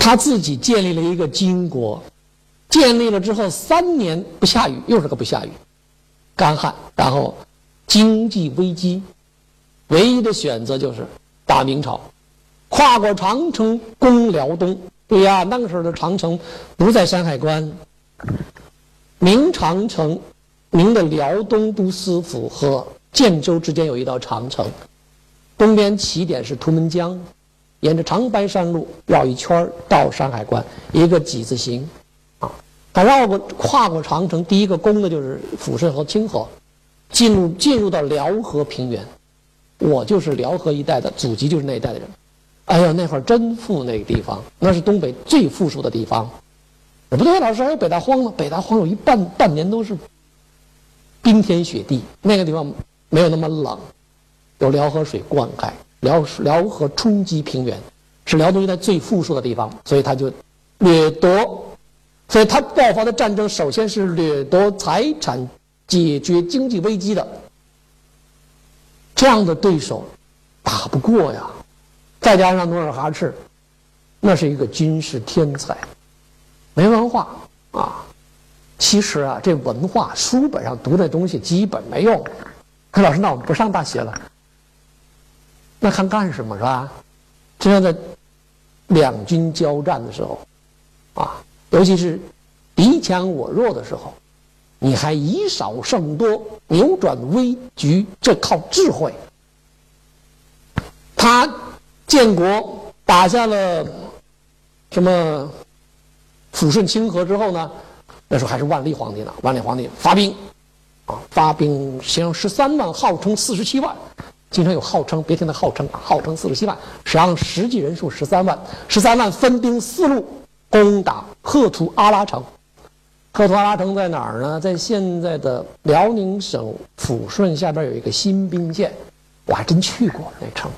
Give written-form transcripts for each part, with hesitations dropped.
他自己建立了一个金国，建立了之后3年不下雨，又是个不下雨，干旱，然后经济危机，唯一的选择就是打明朝，跨过长城攻辽东。对呀，那个时候的长城不在山海关，明长城，明的辽东都司府和建州之间有一道长城，东边起点是图们江，沿着长白山路绕一圈到山海关，一个几字形啊。他跨过长城，第一个攻的就是抚顺和清河，进入到辽河平原。我就是辽河一带的，祖籍就是那一带的人。哎呀，那会儿真富那个地方，那是东北最富庶的地方。不对，老师还有北大荒呢，北大荒有一半年都是冰天雪地，那个地方没有那么冷，有辽河水灌溉，辽河冲击平原，是辽东一带最富庶的地方，所以他就掠夺，所以他爆发的战争首先是掠夺财产，解决经济危机的。这样的对手打不过呀，再加上努尔哈赤，那是一个军事天才，没文化啊。其实啊，这文化书本上读的东西基本没用。可老师，那我们不上大学了，那看干什么是吧？就像在两军交战的时候，啊，尤其是敌强我弱的时候，你还以少胜多，扭转危局，这靠智慧。他建国打下了什么抚顺清河之后呢，那时候还是万历皇帝呢，万历皇帝发兵发兵先13万，号称47万，经常有号称，别听他号称47万，实际人数13万，13万分兵4路攻打赫图阿拉城。赫图阿拉城在哪儿呢？在现在的辽宁省抚顺下边有一个新宾县，我还真去过那城。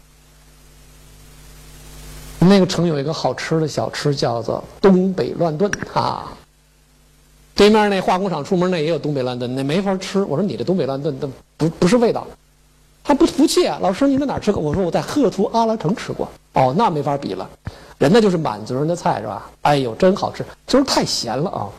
那个城有一个好吃的小吃，叫做东北乱炖啊。对面那化工厂出门那也有东北乱炖，那没法吃。我说你这东北乱炖不是味道，他不服气啊。老师你在哪儿吃过？我说我在赫图阿拉城吃过。哦，那没法比了，人家就是满族人的菜是吧？哎呦，真好吃，就是太咸了啊。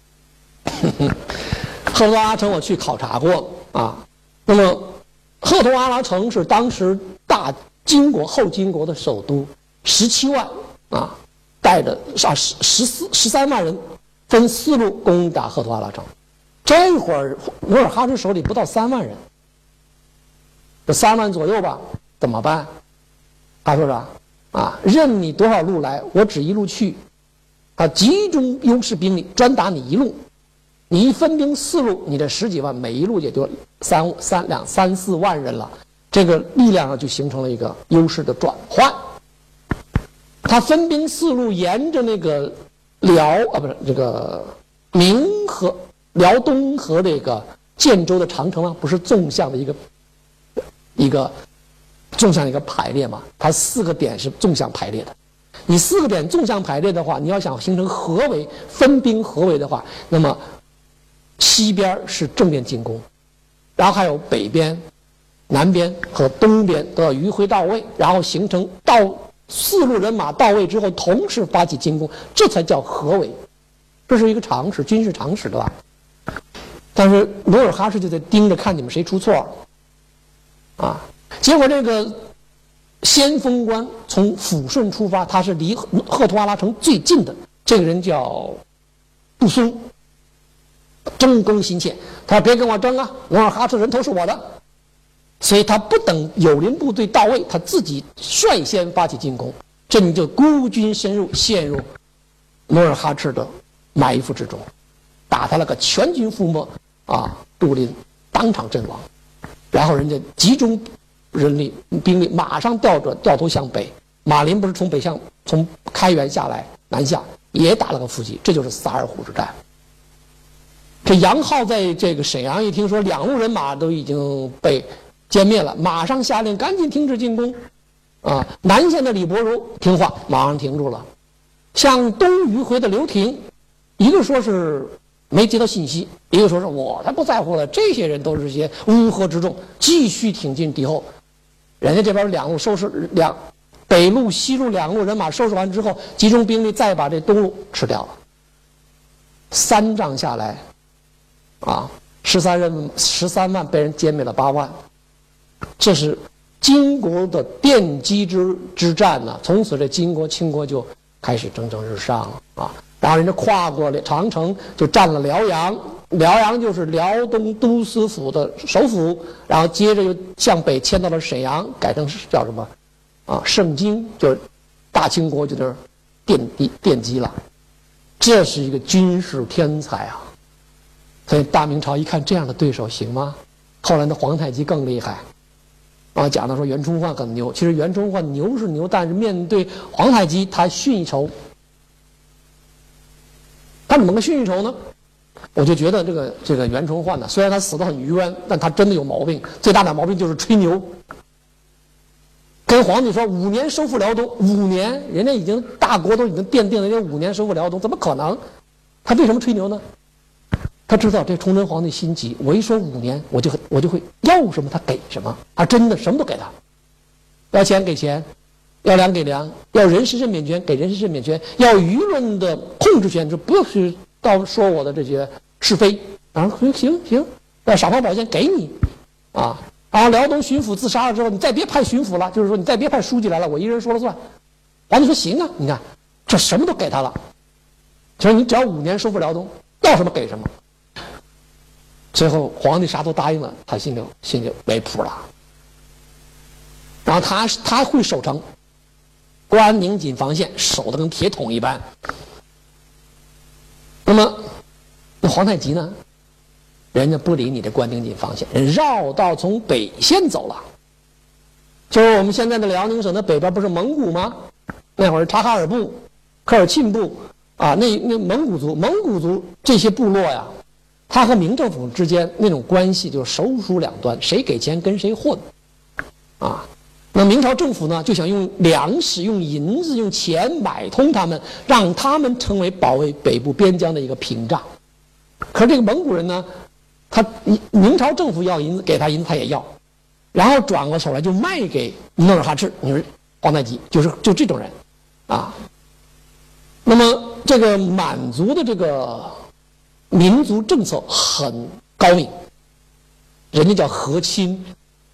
赫图阿拉城我去考察过啊。那么赫图阿拉城是当时大金国后金国的首都，17万啊，带着13万人，分4路攻打赫图阿拉城。这会儿努尔哈赤手里不到3万人，这3万左右吧，怎么办？他说啥啊？任你多少路来，我只一路去，他集中优势兵力专打你一路。你一分兵4路，你这10几万，每一路也就3、4万人了，这个力量上就形成了一个优势的转换。他分兵4路，沿着那个这个明河、辽东和这个建州的长城吗？不是纵向的一个排列吗？它4个点是纵向排列的。你4个点纵向排列的话，你要想形成合围，分兵合围的话，那么西边是正面进攻，然后还有北边、南边和东边都要迂回到位，然后形成4路人马到位之后同时发起进攻，这才叫合围。这是一个常识，军事常识，对吧？但是努尔哈赤就在盯着看你们谁出错啊。结果这个先锋官从抚顺出发，他是离赫图阿拉城最近的，这个人叫杜松，争功心切，他说别跟我争啊，努尔哈赤人头是我的。所以他不等友邻部队到位，他自己率先发起进攻，这你就孤军深入，陷入努尔哈赤的埋伏之中，打他了个全军覆没啊！杜林当场阵亡，然后人家集中人力兵力马上掉头向北，马林不是从开原下来南下，也打了个伏击，这就是萨尔浒之战。这杨浩在这个沈阳一听说2路人马都已经被歼灭了，马上下令赶紧停止进攻，啊！南线的李伯如听话，马上停住了。向东迂回的刘廷，一个说是没接到信息，一个说是我才不在乎了，这些人都是些乌合之众，继续挺进敌后。人家这边2路北路、西路两路人马收拾完之后，集中兵力再把这东路吃掉了。3仗下来，啊，13万被人歼灭了8万，这是金国的奠基之战呢。从此这金国、清国就开始蒸蒸日上了啊。然后人家跨过了长城，就占了辽阳。辽阳就是辽东都司府的首府，然后接着又向北迁到了沈阳，改成叫什么啊？盛京，就是大清国就在这儿奠基了。这是一个军事天才啊！所以大明朝一看这样的对手行吗？后来的皇太极更厉害啊，讲到说袁崇焕很牛，其实袁崇焕牛是牛，但是面对皇太极他逊一筹。他怎么个逊一筹呢？我就觉得这个袁崇焕呢，虽然他死得很冤，但他真的有毛病。最大的毛病就是吹牛，跟皇帝说5年收复辽东，5年，人家已经大国都已经奠定了，人家5年收复辽东，怎么可能？他为什么吹牛呢？他知道这崇祯皇帝心急，我一说5年，我就会要什么他给什么，他真的什么都给他，要钱给钱，要粮给粮，要人事任免权给人事任免权，要舆论的控制权，就不要去到说我的这些是非，然后行，要赏罚宝剑给你，啊，然后辽东巡抚自杀了之后，你再别派巡抚了，就是说你再别派书记来了，我一人说了算。皇帝说行啊，你看这什么都给他了，就是你只要5年收复辽东，要什么给什么。最后皇帝啥都答应了，他心里没谱了。然后他会守城，关宁锦防线守得跟铁桶一般。那么那皇太极呢？人家不理你这关宁锦防线，人绕道从北线走了。就是我们现在的辽宁省的北边不是蒙古吗？那会儿察哈尔部、科尔沁部啊，那蒙古族这些部落呀，他和明政府之间那种关系就是手鼠两端，谁给钱跟谁混，啊。那明朝政府呢，就想用粮食、用银子、用钱买通他们，让他们成为保卫北部边疆的一个屏障。可是这个蒙古人呢，明朝政府要银子，给他银子他也要，然后转过手来就卖给努尔哈赤，你说皇太极就这种人，啊。那么这个满族的这个民族政策很高明，人家叫和亲。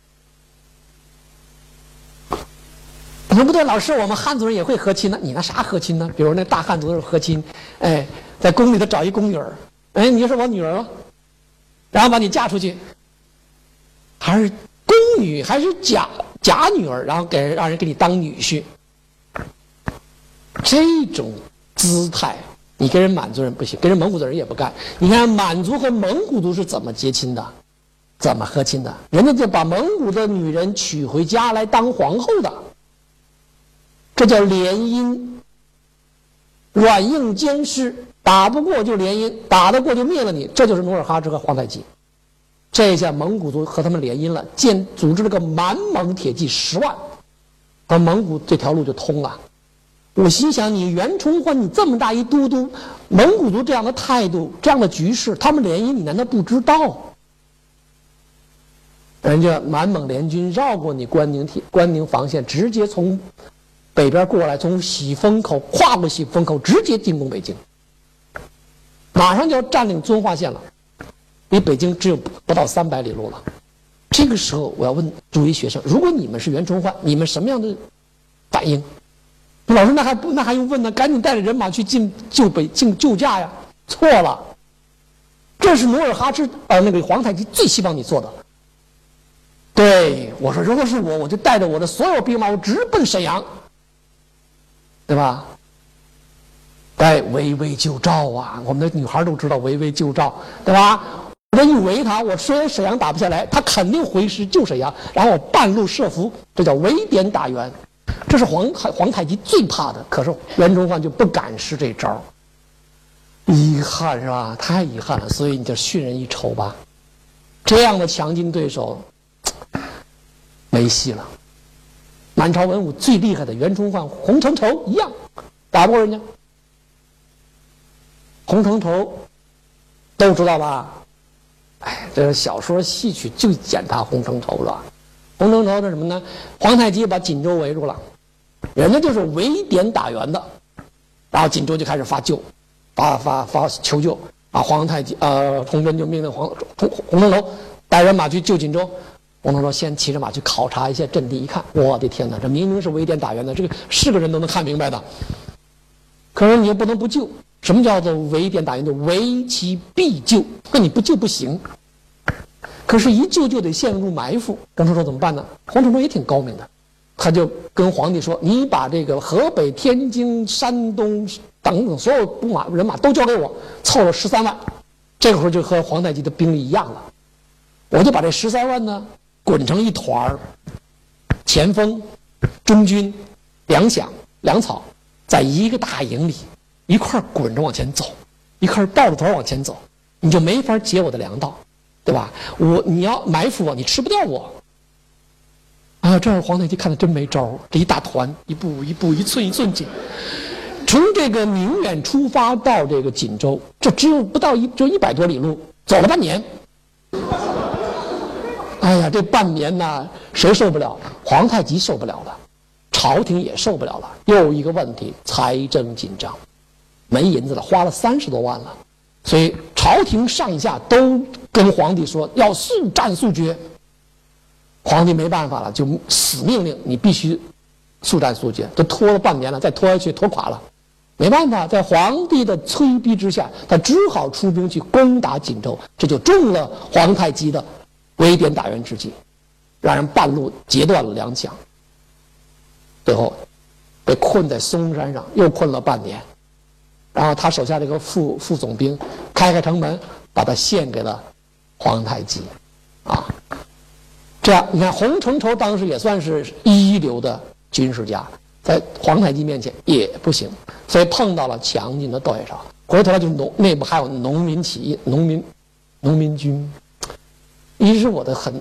你说不对，老师，我们汉族人也会和亲呢。你那啥和亲呢？比如那大汉族是和亲，哎，在宫里头找一宫女儿，哎，你就是我女儿了，然后把你嫁出去，还是宫女，还是假女儿，然后让人给你当女婿，这种姿态，你跟人满族人不行，跟人蒙古的人也不干。你看满族和蒙古族是怎么结亲的，怎么和亲的？人家就把蒙古的女人娶回家来当皇后的。这叫联姻，软硬兼施，打不过就联姻，打得过就灭了你。这就是努尔哈赤和皇太极。这下蒙古族和他们联姻了，组织了个满蒙铁骑10万，和蒙古这条路就通了。我心想，你袁崇焕，你这么大一都督，蒙古族这样的态度，这样的局势，他们联姻，你难道不知道？人家满蒙联军绕过你关宁防线，直接从北边过来，从喜峰口跨过喜峰口，直接进攻北京，马上就要占领遵化县了，离北京只有不到300里路了。这个时候，我要问诸位学生：如果你们是袁崇焕，你们什么样的反应？老师，那还用问呢？赶紧带着人马去救驾呀！错了，这是努尔哈赤那个皇太极最希望你做的。对我说，如果是我就带着我的所有兵马，我直奔沈阳。对吧？哎，围魏救赵啊！我们的女孩都知道围魏救赵，对吧？我这一围他，我虽然沈阳打不下来，他肯定回师救沈阳，然后我半路设伏，这叫围点打援。这是皇太极最怕的，可是袁崇焕就不敢使这招，遗憾是吧？太遗憾了，所以你就逊人一筹吧。这样的强劲对手没戏了。满朝文武最厉害的袁崇焕、洪承畴一样，打不过人家。洪承畴都知道吧？哎，这个小说戏曲就演他洪承畴了。洪承畴是什么呢？皇太极把锦州围住了， 人家就是围点打援的。然后锦州就开始发求救啊！皇太极崇祯就命令洪承畴带人马去救锦州。洪承畴先骑着马去考察一下阵地，一看，我的天哪，这明明是围点打援的，这个是个人都能看明白的。可是你又不能不救，什么叫做围点打援？就围其必救，那你不救不行。可是，一救就得陷入埋伏。洪承畴怎么办呢？洪承畴也挺高明的，他就跟皇帝说：“你把这个河北、天津、山东等等所有人马都交给我，凑了13万。这个时候就和皇太极的兵力一样了。我就把这13万呢滚成一团儿，前锋、中军、粮饷、粮草，在一个大营里一块滚着往前走，一块抱着团往前走，你就没法截我的粮道，对吧？你要埋伏我，你吃不掉我。”啊，这样皇太极看的真没招，这一大团，一步一步，一寸一寸紧。从这个宁远出发到这个锦州，这只有不到就100多里路，走了半年。哎呀，这半年呢，谁受不了？皇太极受不了了，朝廷也受不了了。又一个问题，财政紧张，没银子了，花了30多万了，所以朝廷上下都跟皇帝说要速战速决。皇帝没办法了，就死命令你必须速战速决。都拖了半年了，再拖下去拖垮了，没办法，在皇帝的催逼之下，他只好出兵去攻打锦州，这就中了皇太极的围点打援之计，让人半路截断了粮饷，最后被困在松山上，又困了半年。然后他手下这个副总兵开城门，把他献给了皇太极，啊。这样，你看洪承畴当时也算是一流的军事家，在皇太极面前也不行，所以碰到了强劲的对手。回头来就是内部还有农民起义、农民军，一直我的很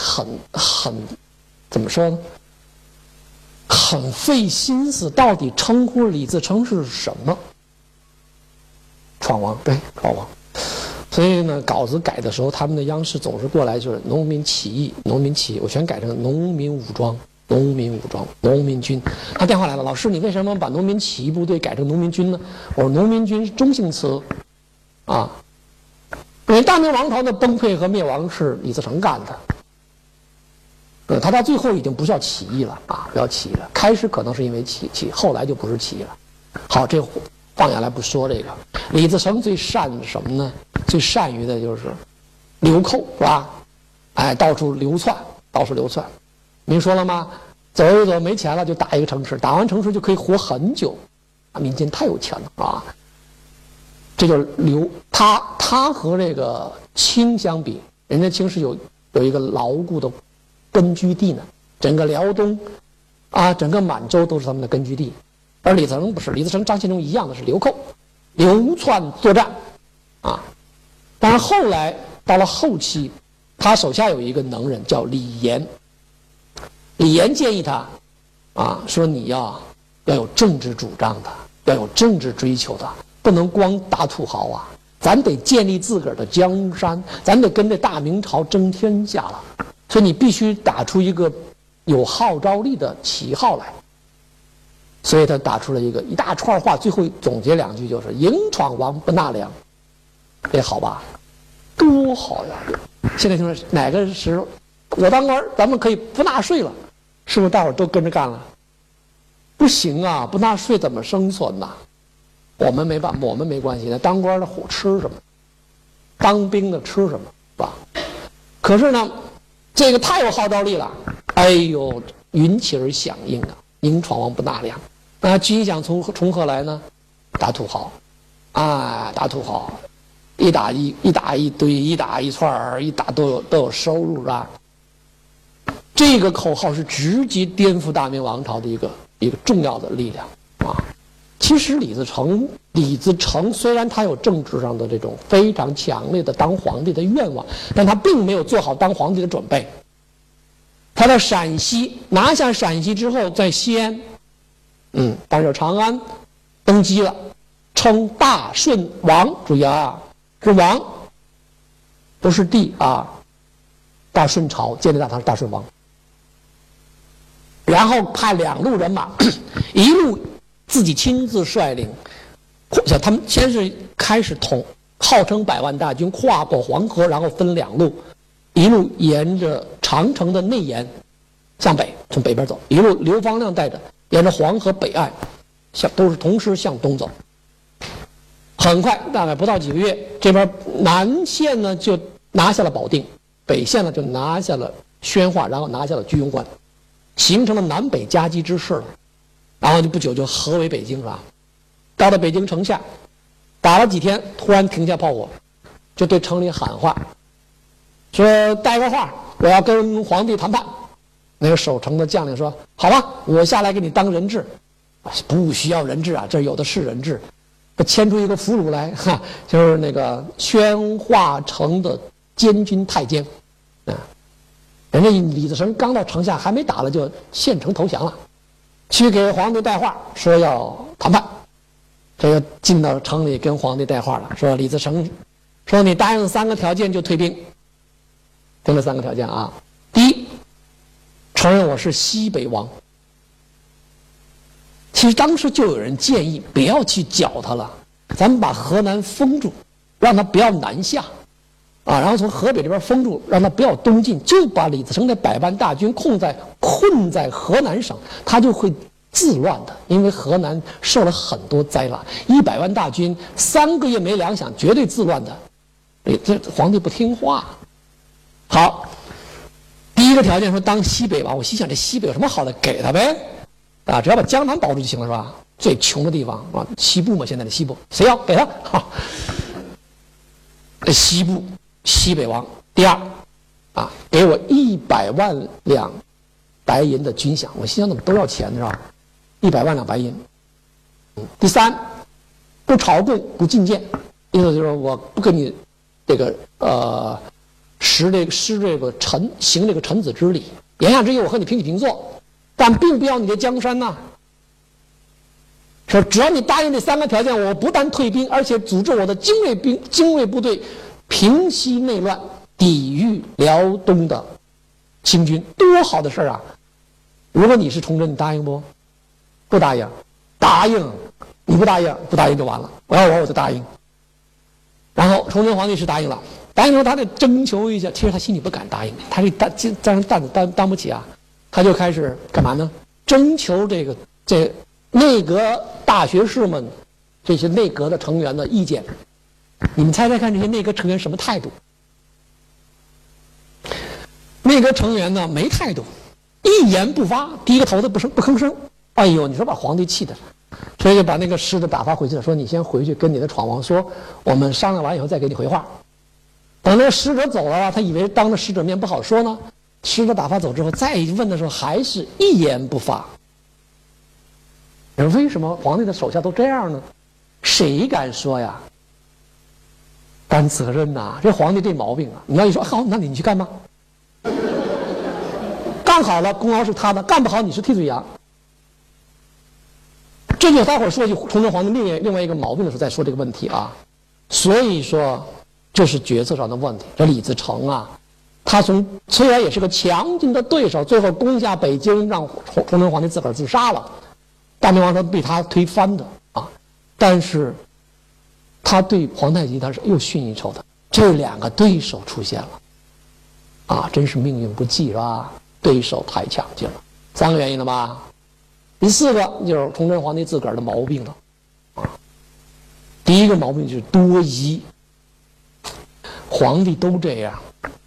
怎么说呢？很费心思，到底称呼李自成是什么？闯王，对，闯王。所以呢，稿子改的时候，他们的央视总是过来就是农民起义，我全改成农民武装、农民军。他电话来了，老师，你为什么把农民起义部队改成农民军呢？我说农民军是中性词，啊，因为大明王朝的崩溃和灭亡是李自成干的。他到最后已经不叫起义了啊，不要起义了。开始可能是因为起义，后来就不是起义了。好，这放下来不说这个。李自成最善什么呢？最善于的就是流寇，是吧？哎，到处流窜。您说了吗？走一走没钱了就打一个城市，打完城市就可以活很久。啊，民间太有钱了啊！这就是他和这个清相比，人家清是有一个牢固的根据地呢，整个辽东啊，整个满洲都是他们的根据地。而李自成不是，李自成、张献忠一样的是流寇、流窜作战，啊。但是后来到了后期，他手下有一个能人叫李严。李严建议他，啊，说你要有政治主张的，要有政治追求的，不能光打土豪啊，咱得建立自个儿的江山，咱得跟这大明朝争天下了。所以你必须打出一个有号召力的旗号来。所以他打出了一大串话，最后总结2句，就是迎闯王不纳粮。这好吧，多好呀！现在听说哪个时候我当官，咱们可以不纳税了，是不是大伙儿都跟着干了？不行啊，不纳税怎么生存呢？我们没办法，我们没关系，那当官的吃什么？当兵的吃什么？是吧？可是呢，这个太有号召力了，哎呦，云起而响应啊！迎闯王不纳粮。那军饷从何来呢？打土豪，啊，打土豪，一打一堆，一打一串，一打都有收入，是吧？这个口号是直接颠覆大明王朝的一个重要的力量啊！其实李自成虽然他有政治上的这种非常强烈的当皇帝的愿望，但他并没有做好当皇帝的准备。他在陕西拿下陕西之后，在西安，当时长安登基了，称大顺王。注意啊，是王，不是帝啊。大顺朝建立大唐是大顺王。然后派2路人马， 一路自己亲自率领，他们先是开始号称100万大军跨过黄河，然后分2路，一路沿着长城的内沿向北，从北边走，一路刘方亮带着沿着黄河北岸，都是同时向东走。很快，大概不到几个月，这边南线呢就拿下了保定，北线呢就拿下了宣化，然后拿下了居庸关，形成了南北夹击之势了。然后就不久就合围北京，是吧？到了北京城下，打了几天，突然停下炮火，就对城里喊话，说带个话，我要跟皇帝谈判。那个守城的将领说：“好吧，我下来给你当人质。”不需要人质啊，这有的是人质。牵出一个俘虏来，就是那个宣化城的监军太监，人家李自成刚到城下，还没打了就献城投降了，去给皇帝带话，说要谈判。这个进到城里跟皇帝带话了，说李自成说你答应3个条件就退兵。听了3个条件啊，第一，承认我是西北王。其实当时就有人建议不要去剿他了，咱们把河南封住，让他不要南下，然后从河北这边封住，让他不要东进，就把李自成的100万大军困在河南省，他就会自乱的，因为河南受了很多灾难，100万大军3个月没粮饷，绝对自乱的。这皇帝不听话。好，第一个条件说当西北王，我心想这西北有什么好的，给他呗。只要把江南保住就行了，是吧？最穷的地方啊，西部嘛，现在的西部，谁要给他？西部西北王。第二，给我100万两白银的军饷。我心想怎么都要钱是吧？100万两白银。第三，不朝贡不进谏，意思就是我不跟你这个行这个臣子之礼。言下之意，我和你平起平坐。但并不要你的江山呐！说只要你答应这3个条件，我不但退兵，而且组织我的精锐部队平息内乱，抵御辽东的清军，多好的事儿啊！如果你是崇祯，你答应不？不答应？答应！你不答应，不答应就完了。我要我就答应。然后崇祯皇帝是答应了，答应后他得征求一下，其实他心里不敢答应，他这担子担不起啊。他就开始干嘛呢？征求这内阁大学士们，这些内阁的成员的意见。你们猜猜看，这些内阁成员什么态度？内阁成员呢，没态度，一言不发，低个头子不吭声。哎呦，你说把皇帝气的，所以就把那个使者打发回去了，说你先回去跟你的闯王说，我们商量完以后再给你回话。等那个使者走了，他以为当着使者面不好说呢。使者打发走之后，再问的时候还是一言不发。为什么皇帝的手下都这样呢？谁敢说呀？担责任呐！这皇帝这毛病啊！你要一说好，那你去干吧。干好了，功劳是他的；干不好，你是替罪羊。这就待会儿说起崇祯皇帝另外一个毛病的时候再说这个问题啊。所以说，这是决策上的问题。这李自成啊。他虽然也是个强劲的对手，最后攻下北京，让崇祯皇帝自个儿自杀了，大明王朝被他推翻的啊。但是，他对皇太极他是又逊一筹的。这2个对手出现了，真是命运不济是吧？对手太强劲了，3个原因了吧？第4个就是崇祯皇帝自个儿的毛病了，第一个毛病就是多疑，皇帝都这样。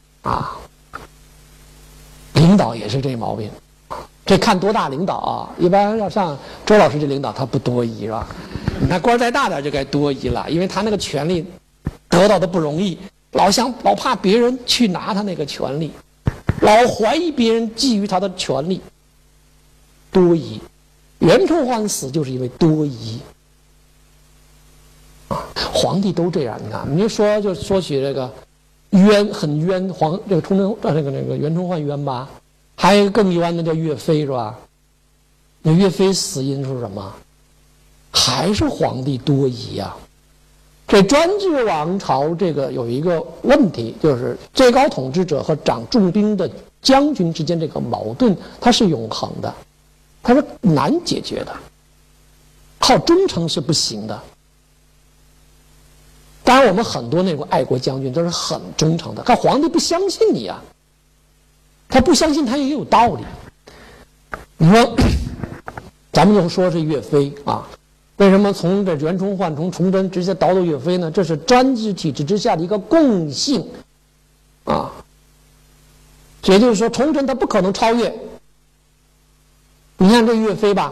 领导也是这毛病，这看多大领导啊！一般要像周老师这领导，他不多疑是吧？你看官再大点就该多疑了，因为他那个权力得到的不容易，老怕别人去拿他那个权力，老怀疑别人觊觎他的权力，多疑。袁崇焕死就是因为多疑。皇帝都这样，你看，你就说起这个。很冤，这个袁崇焕冤吧？还有一个更冤的叫岳飞是吧？那岳飞死因是什么？还是皇帝多疑啊？这专制王朝这个有一个问题，就是最高统治者和掌重兵的将军之间这个矛盾，它是永恒的，它是难解决的。 靠忠诚是不行的。当然，我们很多那种爱国将军都是很忠诚的，可皇帝不相信你啊，他不相信他也有道理。你说，咱们就说是岳飞啊，为什么从这袁崇焕、从崇祯直接倒到岳飞呢？这是专制体制之下的一个共性啊。也就是说，崇祯他不可能超越。你看这岳飞吧，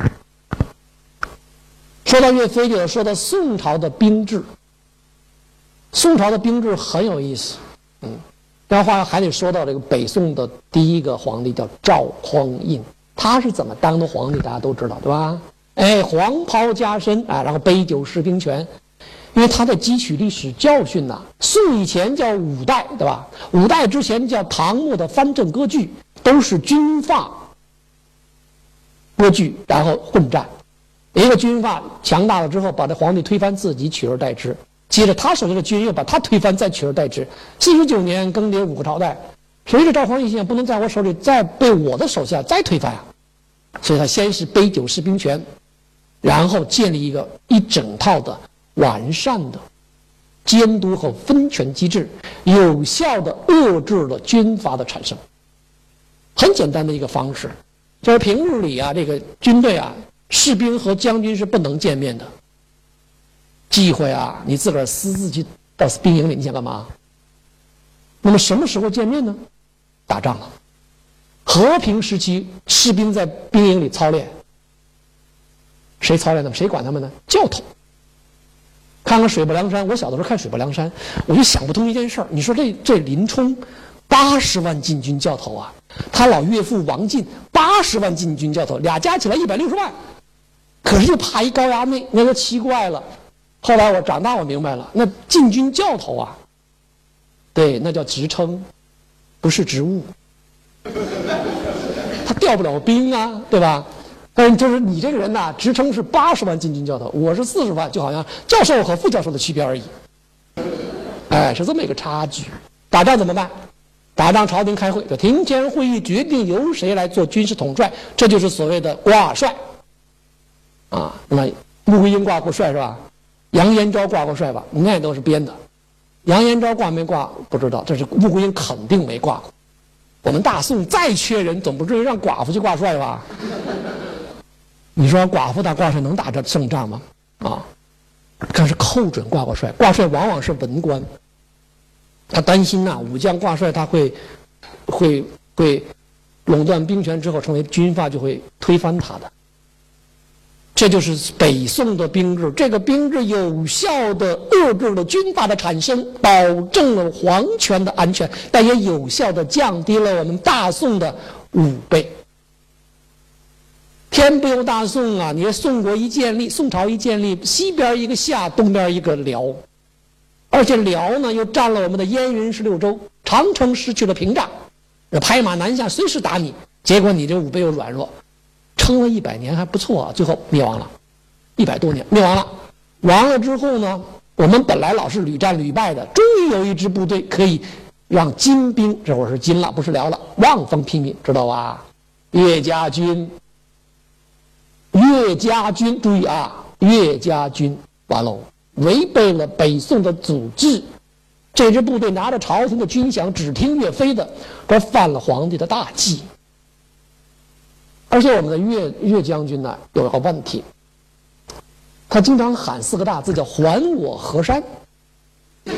说到岳飞，就要说到宋朝的兵制。宋朝的兵制很有意思，这话还得说到这个北宋的第一个皇帝叫赵匡胤，他是怎么当的皇帝，大家都知道，对吧？哎，黄袍加身啊，然后杯酒释兵权，因为他在汲取历史教训呐。宋以前叫五代，对吧？五代之前叫唐末的藩镇割据，都是军阀割据，然后混战。一个军阀强大了之后，把这皇帝推翻，自己取而代之。接着他手下的军又把他推翻，再取而代之。49年更迭5个朝代，谁是赵匡胤现在不能在我手里再被我的手下再推翻啊？所以他先是杯酒释兵权，然后建立一整套的完善的监督和分权机制，有效的遏制了军阀的产生。很简单的一个方式，就是平日里啊，这个军队啊，士兵和将军是不能见面的。忌讳啊，你自个儿私自去到兵营里，你想干嘛？那么什么时候见面呢？打仗了。和平时期，士兵在兵营里操练，谁操练他们？谁管他们呢？教头。看看水泊梁山，我小的时候看水泊梁山，我就想不通一件事儿。你说这林冲80万禁军教头啊，他老岳父王进80万禁军教头，俩加起来160万，可是就怕一高衙内，那就奇怪了。后来我长大，我明白了，那禁军教头啊，对，那叫职称，不是职务。他调不了兵啊，对吧？但是就是你这个人呐，职称是80万禁军教头，我是40万，就好像教授和副教授的区别而已。哎，是这么一个差距。打仗怎么办？打仗朝廷开会，就庭前会议决定由谁来做军事统帅，这就是所谓的挂帅。啊，那穆桂英挂过帅是吧？杨延昭挂过帅吧？那都是编的。杨延昭挂没挂不知道，这是穆桂英肯定没挂过。我们大宋再缺人，总不至于让寡妇去挂帅吧？你说寡妇打挂帅能打这胜仗吗？啊，可是寇准挂过帅，挂帅往往是文官，他担心呐，武将挂帅他会垄断兵权之后成为军阀，就会推翻他的。这就是北宋的兵制，这个兵制有效地遏制了军阀的产生，保证了皇权的安全，但也有效地降低了我们大宋的5倍。天不由大宋啊！你宋国一建立，宋朝一建立，西边一个夏，东边一个辽，而且辽呢又占了我们的燕云16州，长城失去了屏障，拍马南下，随时打你。结果你这5倍又软弱。撑了100年还不错啊，最后灭亡了，100多年灭亡了。亡了之后呢，我们本来老是屡战屡败的，终于有一支部队可以让金兵，这会儿是金了，不是辽了，望风拼命，知道吧？岳家军，注意啊，岳家军完喽，违背了北宋的祖制。这支部队拿着朝廷的军饷，只听岳飞的，这犯了皇帝的大忌。而且我们的岳将军呢有个问题，他经常喊4个大字叫还我河山。你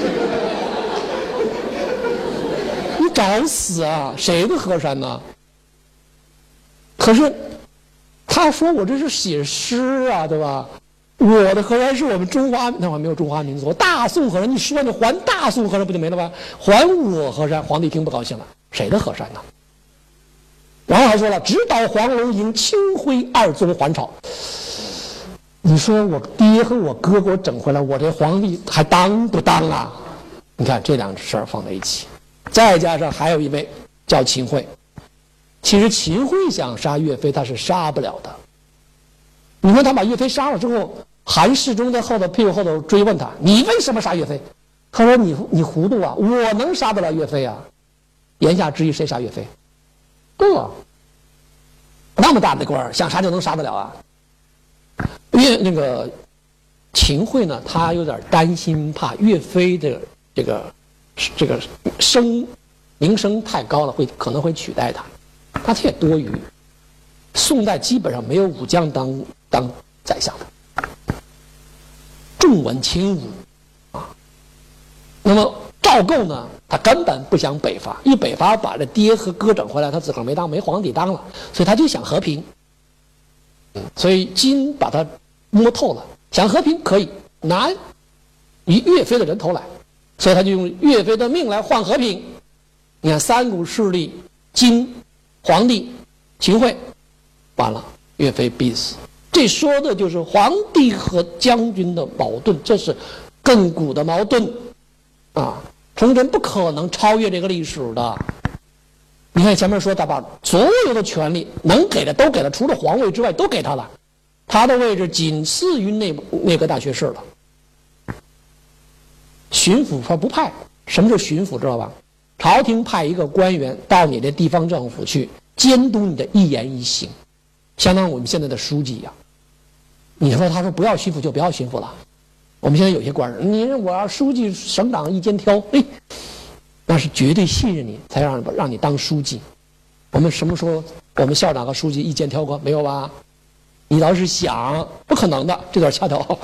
找死啊，谁的河山呢？可是他说我这是写诗啊，对吧？我的河山是我们中华，那会儿没有中华民族，大宋河山，你说你还大宋河山不就没了吗？还我河山，皇帝听不高兴了，谁的河山呢？然后还说了，直捣黄龙营，清徽2宗还朝。你说我爹和我哥给我整回来，我这皇帝还当不当啊？你看这2事儿放在一起，再加上还有一位叫秦桧。其实秦桧想杀岳飞，他是杀不了的。你说他把岳飞杀了之后，韩世忠在屁股后头追问他：“你为什么杀岳飞？”他说：“你糊涂啊！我能杀得了岳飞啊？”言下之意，谁杀岳飞？那么大的官儿，想杀就能杀得了啊？岳那个秦桧呢，他有点担心，怕岳飞的这个名声太高了，可能会取代他，他也多余。宋代基本上没有武将当宰相的，重文轻武啊。那么赵构呢，他根本不想北伐，一北伐把这爹和哥整回来，他自个儿没皇帝当了，所以他就想和平。所以金把他摸透了，想和平可以拿岳飞的人头来，所以他就用岳飞的命来换和平。你看三股势力，金、皇帝、秦桧，完了岳飞必死。这说的就是皇帝和将军的矛盾，这是亘古的矛盾啊！崇祯不可能超越这个历史的。你看前面说他把所有的权力能给的都给了，除了皇位之外都给他了，他的位置仅次于内阁大学士了。巡抚他不派，什么是巡抚知道吧？朝廷派一个官员到你的地方政府去监督你的一言一行，相当于我们现在的书记一样。你说他说不要巡抚就不要巡抚了。我们现在有些官人，你说我要书记省长一肩挑，那是绝对信任你才让你当书记。我们什么时候我们校长和书记一肩挑过？没有吧？你要是想，不可能的，这段掐掉。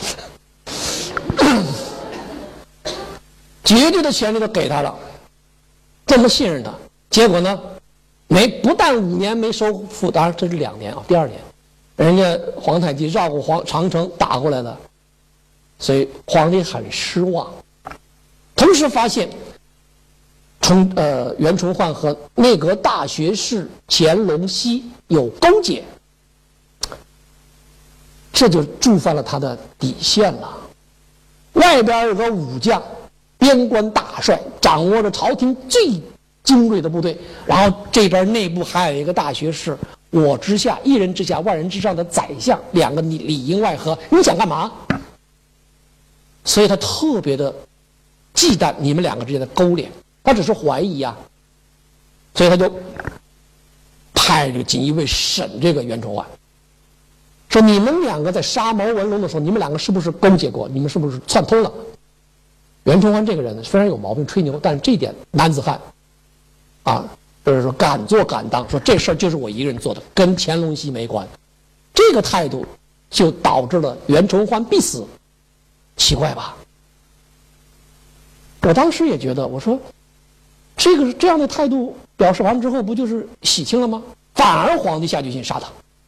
绝对的权利都给他了，这么信任他，结果呢，不但5年没收复，当然这是2年啊，第2年，人家皇太极绕过长城打过来了，所以皇帝很失望。同时发现袁崇焕和内阁大学士钱隆熙有勾结，这就触犯了他的底线了。外边有个武将，边关大帅，掌握着朝廷最精锐的部队，然后这边内部还有一个大学士，我之下一人之下万人之上的宰相，两个里应外合，你想干嘛？所以他特别的忌惮你们两个之间的勾连，他只是怀疑啊，所以他就派这个锦衣卫审这个袁崇焕，说你们两个在杀毛文龙的时候，你们两个是不是勾结过？你们是不是串通了？袁崇焕这个人虽然有毛病吹牛，但是这点男子汉啊，就是说敢做敢当，说这事儿就是我一个人做的，跟乾隆熙没关。这个态度就导致了袁崇焕必死，奇怪吧？我当时也觉得，我说这样的态度表示完之后，不就是洗清了吗？反而皇帝下决心杀他。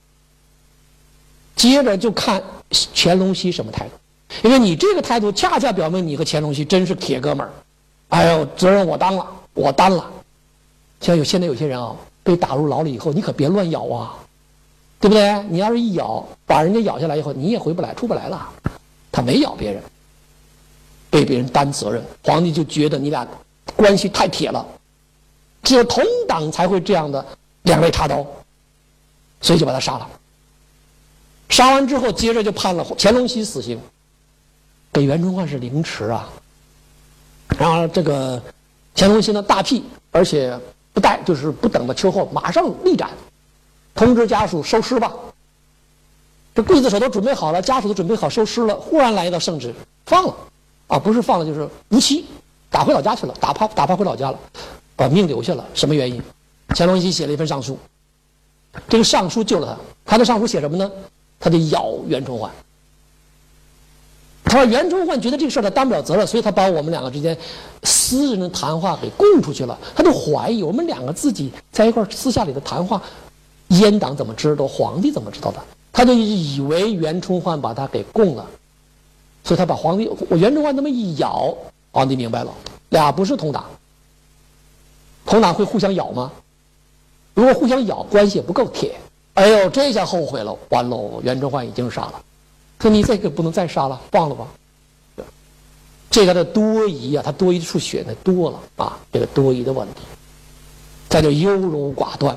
接着就看乾隆熙什么态度，因为你这个态度恰恰表明你和乾隆熙真是铁哥们儿。哎呦，责任我担了。像现在有些人啊，被打入牢里以后，你可别乱咬啊，对不对？你要是一咬，把人家咬下来以后，你也回不来，出不来了。他没咬别人，被别人担责任，皇帝就觉得你俩关系太铁了，只有同党才会这样的两肋插刀，所以就把他杀了。杀完之后，接着就判了乾隆熙死刑，给袁崇焕是凌迟啊。然后这个乾隆熙呢大辟，而且不待，就是不等到秋后，马上立斩，通知家属收尸吧。这刽子手都准备好了，家属都准备好收尸了，忽然来一道圣旨，放了，啊，不是放了就是无期，打回老家去了，打发回老家了，把命留下了。什么原因？乾隆熙写了一份上书，这个上书救了他。他的上书写什么呢？他得咬袁崇焕。他说袁崇焕觉得这个事儿他担不了责任，所以他把我们两个之间私人的谈话给供出去了。他就怀疑我们两个自己在一块私下里的谈话，阉党怎么知道？皇帝怎么知道的？他就以为袁崇焕把他给供了，所以他把袁崇焕那么一咬，皇帝明白了，俩不是同党。同党会互相咬吗？如果互相咬，关系也不够铁。哎呦，这下后悔了，完喽，袁崇焕已经杀了，说你这个不能再杀了，放了吧。这个的多疑啊，他多疑处血的多了啊，这个多疑的问题。再就优柔寡断，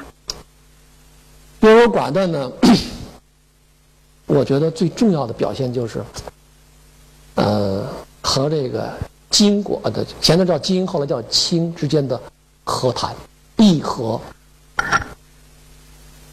优柔寡断呢，我觉得最重要的表现就是，和这个金国的前头叫金，后来叫清之间的和谈议和。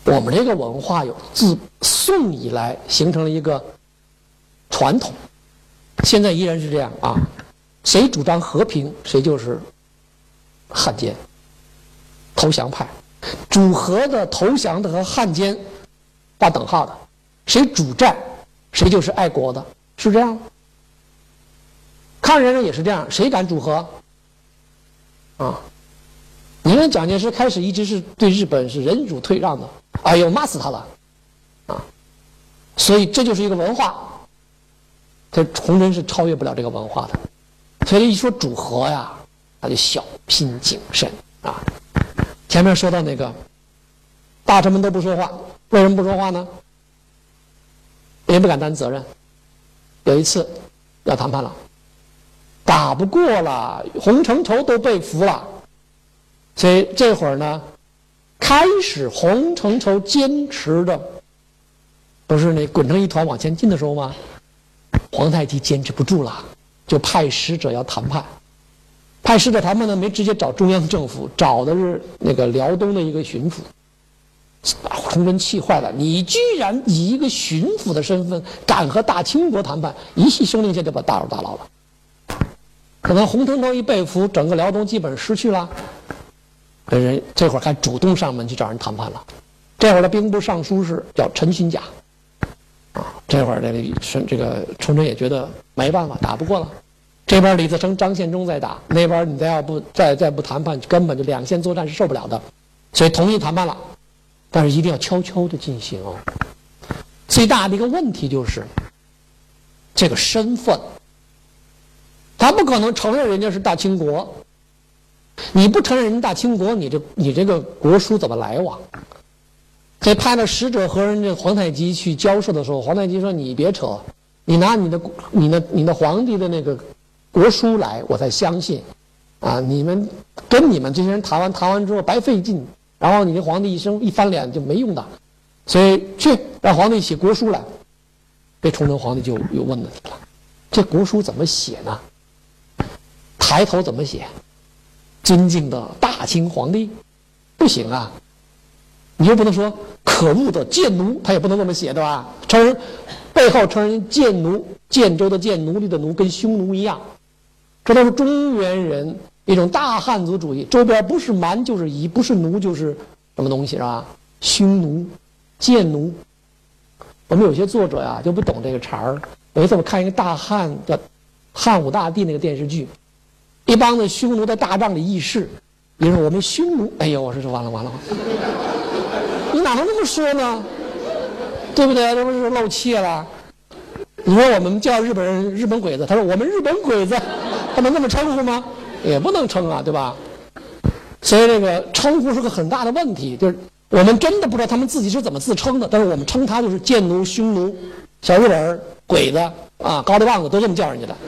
我们这个文化有自宋以来形成了一个传统，现在依然是这样啊。谁主张和平，谁就是汉奸、投降派。主和的、投降的和汉奸划等号的，谁主战，谁就是爱国的，是这样吗？抗日战争也是这样，谁敢主和？啊，你看蒋介石开始一直是对日本是忍辱退让的，哎呦骂死他了，啊，所以这就是一个文化，这崇祯是超越不了这个文化的。所以一说主和呀，他就小心谨慎啊。前面说到那个大臣们都不说话，为什么不说话呢？也不敢担责任。有一次要谈判了，打不过了，洪承畴都被俘了，所以这会儿呢，开始洪承畴坚持的不是那滚成一团往前进的时候吗？皇太极坚持不住了，就派使者要谈判。派使者谈判呢，没直接找中央政府，找的是那个辽东的一个巡抚。崇祯气坏了，你居然以一个巡抚的身份敢和大清国谈判，一系生令下就把打入大牢了。可能洪承畴一被俘，整个辽东基本失去了。人这会儿还主动上门去找人谈判了。这会儿的兵部尚书是叫陈勋甲，啊，这会儿这个崇祯也觉得没办法，打不过了。这边李自成、张献忠在打，那边你再不谈判，根本就两线作战是受不了的，所以同意谈判了，但是一定要悄悄的进行哦。最大的一个问题就是这个身份，他不可能承认人家是大清国，你不承认人家大清国，你这个国书怎么来往？所以派了使者和人家皇太极去交涉的时候，皇太极说：“你别扯，你拿你的皇帝的那个国书来，我才相信。啊，你们跟你们这些人谈完之后白费劲，然后你的皇帝一翻脸就没用的，所以去让皇帝写国书来。”这崇祯皇帝就有问题了，这国书怎么写呢？抬头怎么写？尊敬的大清皇帝，不行啊！你又不能说可恶的贱奴，他也不能这么写，对吧？背后承认贱奴，建州的贱，奴隶的奴，跟匈奴一样，这都是中原人一种大汉族主义。周边不是蛮就是夷，不是奴就是什么东西，是吧？匈奴、贱奴。我们有些作者呀就不懂这个茬儿。有一次我看一个大汉叫《汉武大帝》那个电视剧，一帮子匈奴在大帐里议事，也是我们匈奴。哎呦，我说完了，你哪能这么说呢？对不对？这不是露怯了？你说我们叫日本人日本鬼子，他说我们日本鬼子，他能这么称呼吗？也不能称啊，对吧？所以这个称呼是个很大的问题，就是我们真的不知道他们自己是怎么自称的，但是我们称他就是贱奴、匈奴、小日本鬼子啊、高大棒子都这么叫人家的。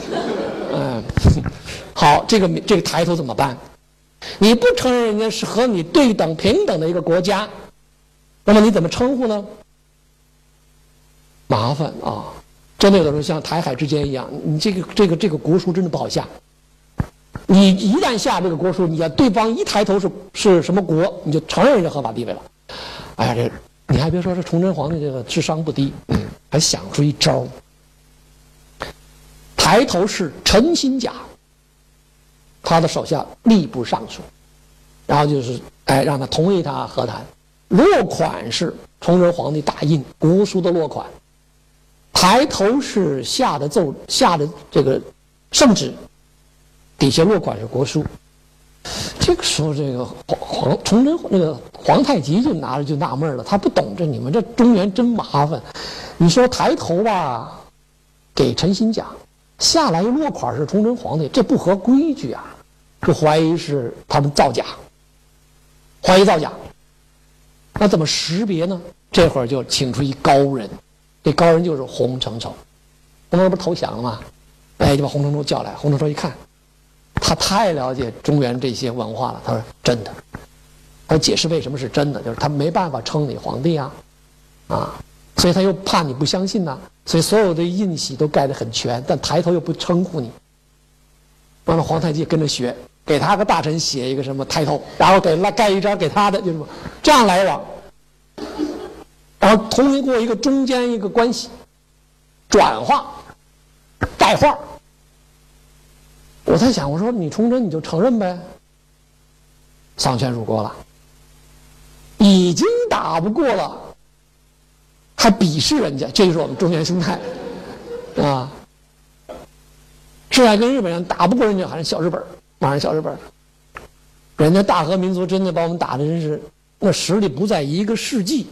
好，这个抬头怎么办？你不承认人家是和你对等平等的一个国家，那么你怎么称呼呢？麻烦啊！真的有的时候像台海之间一样，你这个国书真的不好下。你一旦下这个国书，你要对方一抬头是什么国，你就承认人家合法地位了。哎呀，你还别说，这崇祯皇帝这个智商不低，还想出一招。抬头是陈新甲，他的手下吏部尚书，然后就是让他同意他和谈。落款是崇祯皇帝大印国书的落款，抬头是下的这个圣旨，底下落款是国书。这个时候，这个崇祯那个皇太极就拿着就纳闷了，他不懂你们这中原真麻烦。你说抬头吧，给陈新甲，下来落款是崇祯皇帝，这不合规矩啊，就怀疑是他们造假，怀疑造假。那怎么识别呢？这会儿就请出一高人，这高人就是洪承畴。洪承畴不是投降了吗？就把洪承畴叫来。洪承畴一看，他太了解中原这些文化了。他说真的，他解释为什么是真的，就是他没办法称你皇帝啊，所以他又怕你不相信呐，所以所有的印玺都盖得很全，但抬头又不称呼你。完了，皇太极跟着学，给他个大臣写一个什么抬头，然后盖一张给他的，就这么这样来往。 然后通过一个中间一个关系转化代换。我在想，我说你崇祯你就承认呗，丧权辱国了，已经打不过了，还鄙视人家，这就是我们中原生态啊。是啊，跟日本人打不过人家，还是小日本，马上小日本。人家大和民族真的把我们打的真是，那实力不在一个世纪。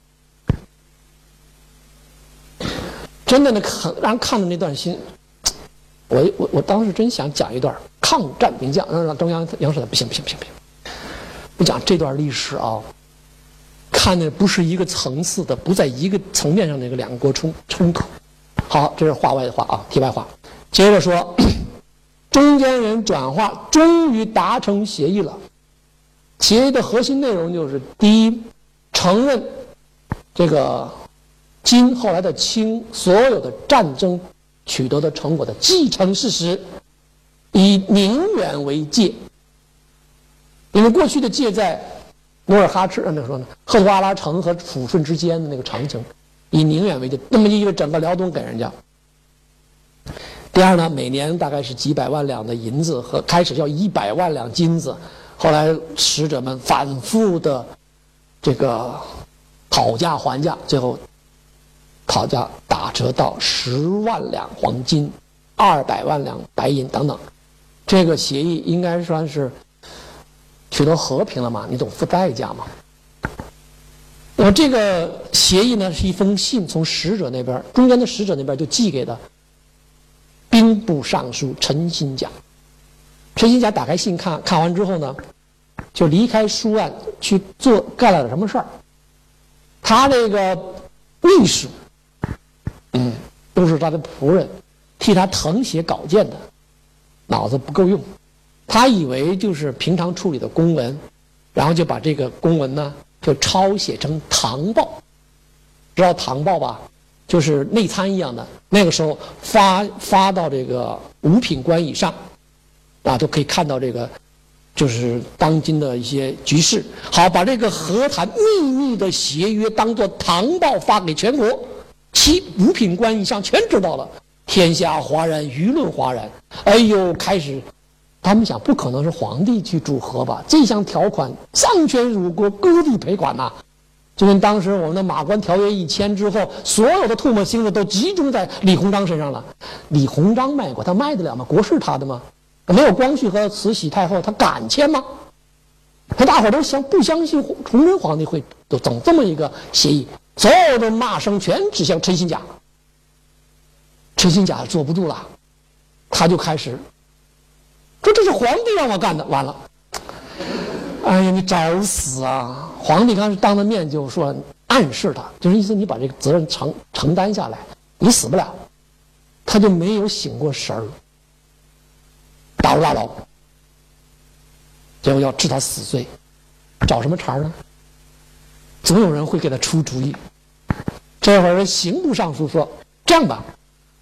真的那让人看的那段心，我当时真想讲一段抗战名将，让中央央视的不行，我讲这段历史啊，看的不是一个层次的，不在一个层面上的一个两国冲突。好，这是话外的话啊，题外话。接着说，中间人转化终于达成协议了。协议的核心内容就是：第一，承认这个金后来的清所有的战争取得的成果的继承事实，以宁远为界。因为过去的界在努尔哈赤那时候呢，赫图阿拉城和抚顺之间的那个长城，以宁远为界，那么意味整个辽东给人家。第二呢，每年大概是几百万两的银子，和开始要100万两金子，后来使者们反复的这个讨价还价，最后讨价打折到10万两黄金、200万两白银等等。这个协议应该算是取得和平了嘛？你总付代价嘛。那么这个协议呢，是一封信，从使者那边，中间的使者那边就寄给了兵部尚书陈新甲。陈新甲打开信看完之后呢，就离开书案去干了点什么事儿。他这个秘书，都是他的仆人，替他誊写稿件的，脑子不够用。他以为就是平常处理的公文，然后就把这个公文呢就抄写成唐报。知道唐报吧？就是内参一样的，那个时候发到这个5品官以上，啊，都可以看到这个，就是当今的一些局势。好，把这个和谈秘密的协约当作唐报发给全国，其5品官以上全知道了，天下哗然，舆论哗然。哎呦，开始他们想，不可能是皇帝去主和吧？这项条款丧权辱国，割地赔款呐！就跟当时我们的马关条约一签之后，所有的唾沫星子都集中在李鸿章身上了。李鸿章卖过，他卖得了吗？国是他的吗？没有光绪和慈禧太后，他敢签吗？他大伙都不相信崇祯皇帝会都整这么一个协议，所有的骂声全指向陈新甲。陈新甲坐不住了，他就开始说：“这是皇帝让我干的。”完了。哎呀，你找死啊！皇帝刚是当着面就说暗示他，就是意思你把这个责任承担下来，你死不了。他就没有醒过神儿，打入大牢，结果要治他死罪，找什么茬呢？总有人会给他出主意。这会儿刑部尚书说：“这样吧，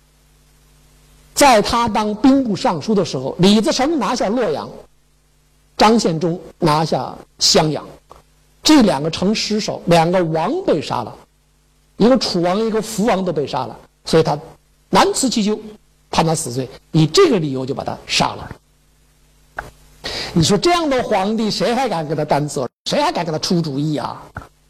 在他当兵部尚书的时候，李自成拿下洛阳，张献忠拿下襄阳，这2个城失守，2个王被杀了，一个楚王，一个福王都被杀了，所以他难辞其咎，判他死罪，以这个理由就把他杀了。你说这样的皇帝，谁还敢给他担责任？谁还敢给他出主意啊？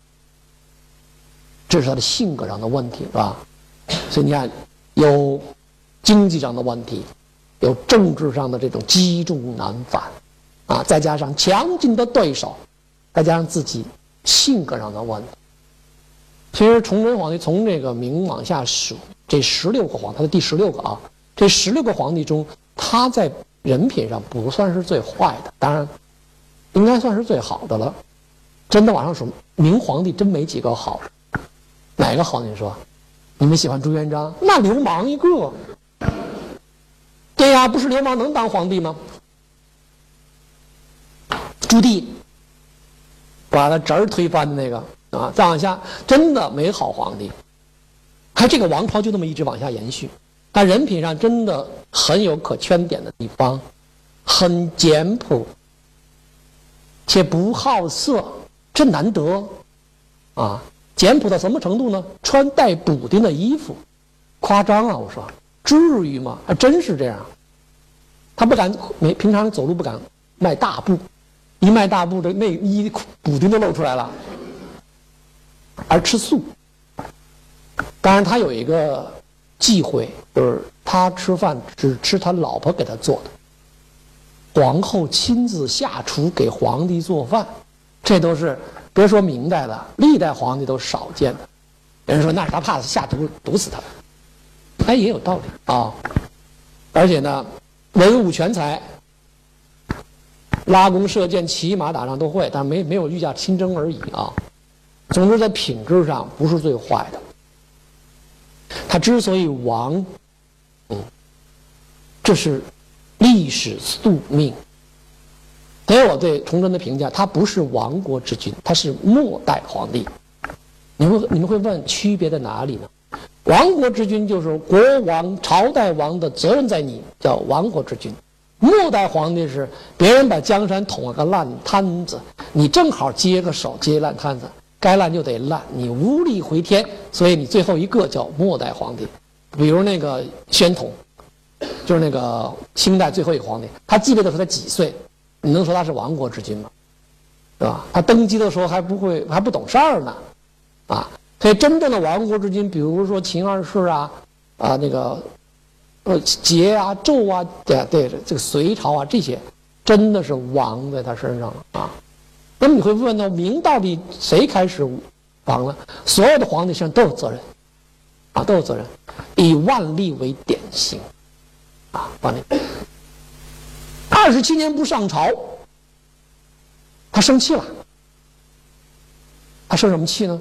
这是他的性格上的问题，是吧？所以你看，有经济上的问题，有政治上的这种积重难返。啊，再加上强劲的对手，再加上自己性格上的问题。其实崇祯皇帝从这个明往下数，这16个皇，他的第16个啊，这16个皇帝中，他在人品上不算是最坏的，当然应该算是最好的了。真的往上数，明皇帝真没几个好。哪个好？你说？你们喜欢朱元璋？那流氓一个。对呀，不是流氓能当皇帝吗？朱棣把他侄儿推翻的那个啊，再往下真的没好皇帝，还这个王朝就这么一直往下延续。但人品上真的很有可圈点的地方，很简朴，且不好色，这难得啊。 简朴到什么程度呢？穿带补丁的衣服，夸张啊！我说，至于吗？还真是这样。他不敢，平常走路不敢迈大步，一迈大步，这内衣补丁都露出来了。而吃素，当然他有一个忌讳，就是他吃饭只吃他老婆给他做的。皇后亲自下厨给皇帝做饭，这都是别说明代了，历代皇帝都少见的。有人说那是他怕下毒毒死他，哎，也有道理啊。而且呢，文武全才，拉弓射箭、骑马打仗都会，但没有御驾亲征而已啊。总之，在品质上不是最坏的。他之所以亡，这是历史宿命。所以我对崇祯的评价，他不是亡国之君，他是末代皇帝。你们会问区别在哪里呢？亡国之君就是国王、朝代王的责任在你，叫亡国之君。末代皇帝是别人把江山捅了个烂摊子，你正好接个手接烂摊子，该烂就得烂，你无力回天，所以你最后一个叫末代皇帝。比如那个宣统，就是那个清代最后一个皇帝，他继位的时候才几岁，你能说他是亡国之君吗？对吧？他登基的时候还不懂事儿呢，啊，所以真正的亡国之君，比如说秦二世啊，那个桀啊、纣啊，对这个隋朝啊，这些真的是亡在他身上了啊。那么你会问到明到底谁开始亡了？所有的皇帝身上都有责任，啊，都有责任。以万历为典型，啊，万历27年不上朝，他生气了。他生什么气呢？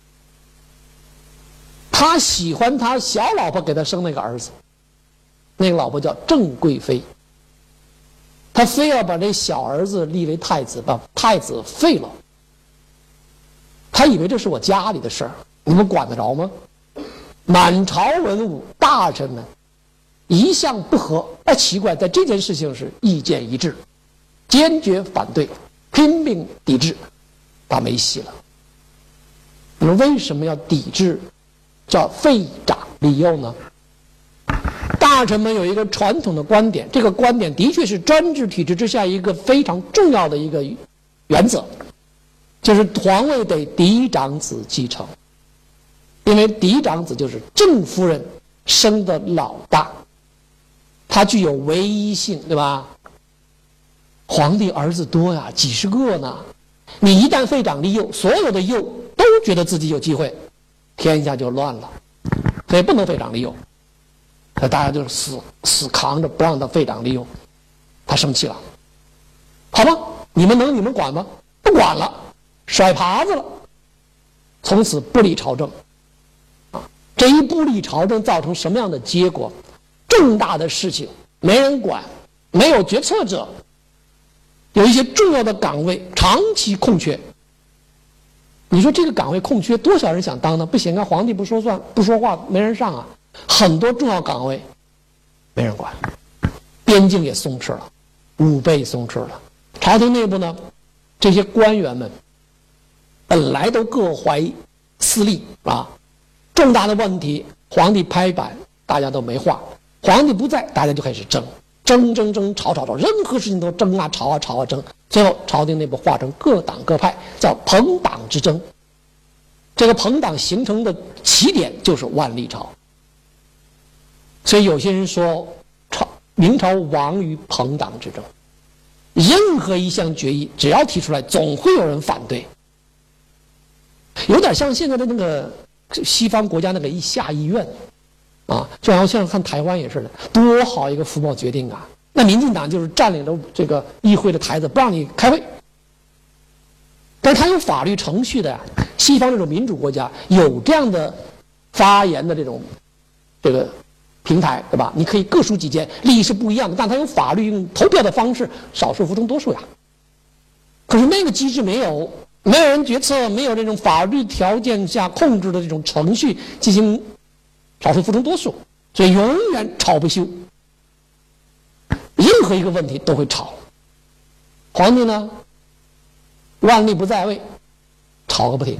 他喜欢他小老婆给他生那个儿子，那个老婆叫郑贵妃。他非要把这小儿子立为太子，把太子废了。他以为这是我家里的事儿，你们管得着吗？满朝文武大臣们一向不和，哎，奇怪，在这件事情是意见一致，坚决反对，拼命抵制，他没戏了。你们为什么要抵制，叫废长立幼呢？大臣们有一个传统的观点，这个观点的确是专制体制之下一个非常重要的一个原则，就是皇位得嫡长子继承，因为嫡长子就是郑夫人生的老大，他具有唯一性，对吧？皇帝儿子多呀，几十个呢，你一旦废长立幼，所有的幼都觉得自己有机会，天下就乱了，所以不能废长立幼。大家就是死扛着不让他废长立幼，他生气了。好吧，你们管吗？不管了，甩耙子了，从此不理朝政。啊，这一不理朝政造成什么样的结果？重大的事情没人管，没有决策者，有一些重要的岗位长期空缺。你说这个岗位空缺，多少人想当呢？不行啊，皇帝不说算，不说话，没人上啊。很多重要岗位没人管，边境也松弛了，武备松弛了，朝廷内部呢，这些官员们本来都各怀私利啊，重大的问题皇帝拍板大家都没话，皇帝不在大家就开始争，吵，任何事情都争啊吵啊争，最后朝廷内部划成各党各派，叫朋党之争。这个朋党形成的起点就是万历朝。所以有些人说明朝亡于朋党之争，任何一项决议只要提出来总会有人反对，有点像现在的那个西方国家那个下议院啊，就好像现在看台湾也是的，多好一个福报决定啊，那民进党就是占领了这个议会的台子，不让你开会，但他有法律程序的呀。西方这种民主国家有这样的发言的这个平台，对吧？你可以各抒己见，利益是不一样的，但它有法律用投票的方式，少数服从多数呀。可是那个机制没有人决策，没有这种法律条件下控制的这种程序进行少数服从多数，所以永远吵不休。任何一个问题都会吵。皇帝呢，万历不在位，吵个不停。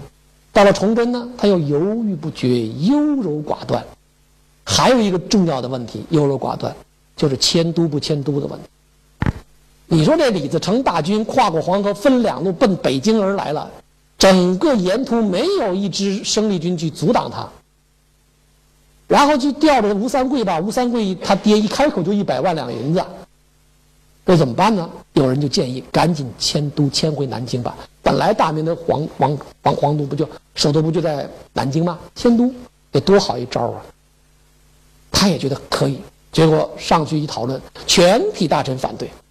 到了崇祯呢，他又犹豫不决，优柔寡断。还有一个重要的问题，优柔寡断，就是迁都不迁都的问题。你说这李自成大军跨过黄河，分两路奔北京而来了，整个沿途没有一支生力军去阻挡他，然后就调着吴三桂吧，吴三桂他爹一开口就100万两银子，这怎么办呢？有人就建议赶紧迁都迁回南京吧。本来大明的皇都不就首都不就在南京吗？迁都得多好一招啊！他也觉得可以，结果上去一讨论，全体大臣反对。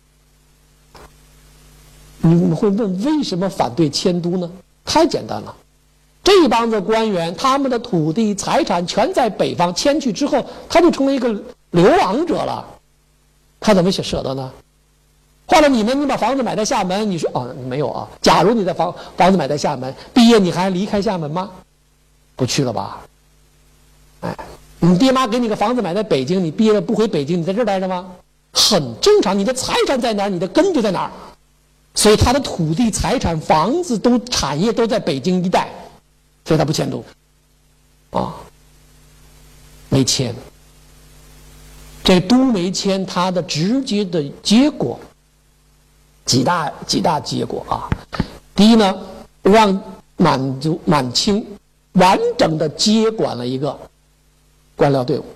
你们会问为什么反对迁都呢？太简单了，这帮子官员他们的土地财产全在北方，迁去之后他就成了一个流亡者了，他怎么舍得呢？换了你把房子买在厦门，你说哦没有啊？假如你的房子买在厦门，毕业你还离开厦门吗？不去了吧？哎，你爹妈给你个房子买在北京，你毕业了不回北京，你在这儿待着吗？很正常，你的财产在哪儿，你的根就在哪儿。所以他的土地、财产、房子产业都在北京一带，所以他不迁都，啊，没迁。这都没迁，它的直接的结果，几大结果啊。第一呢，让满清完整的接管了一个官僚队伍。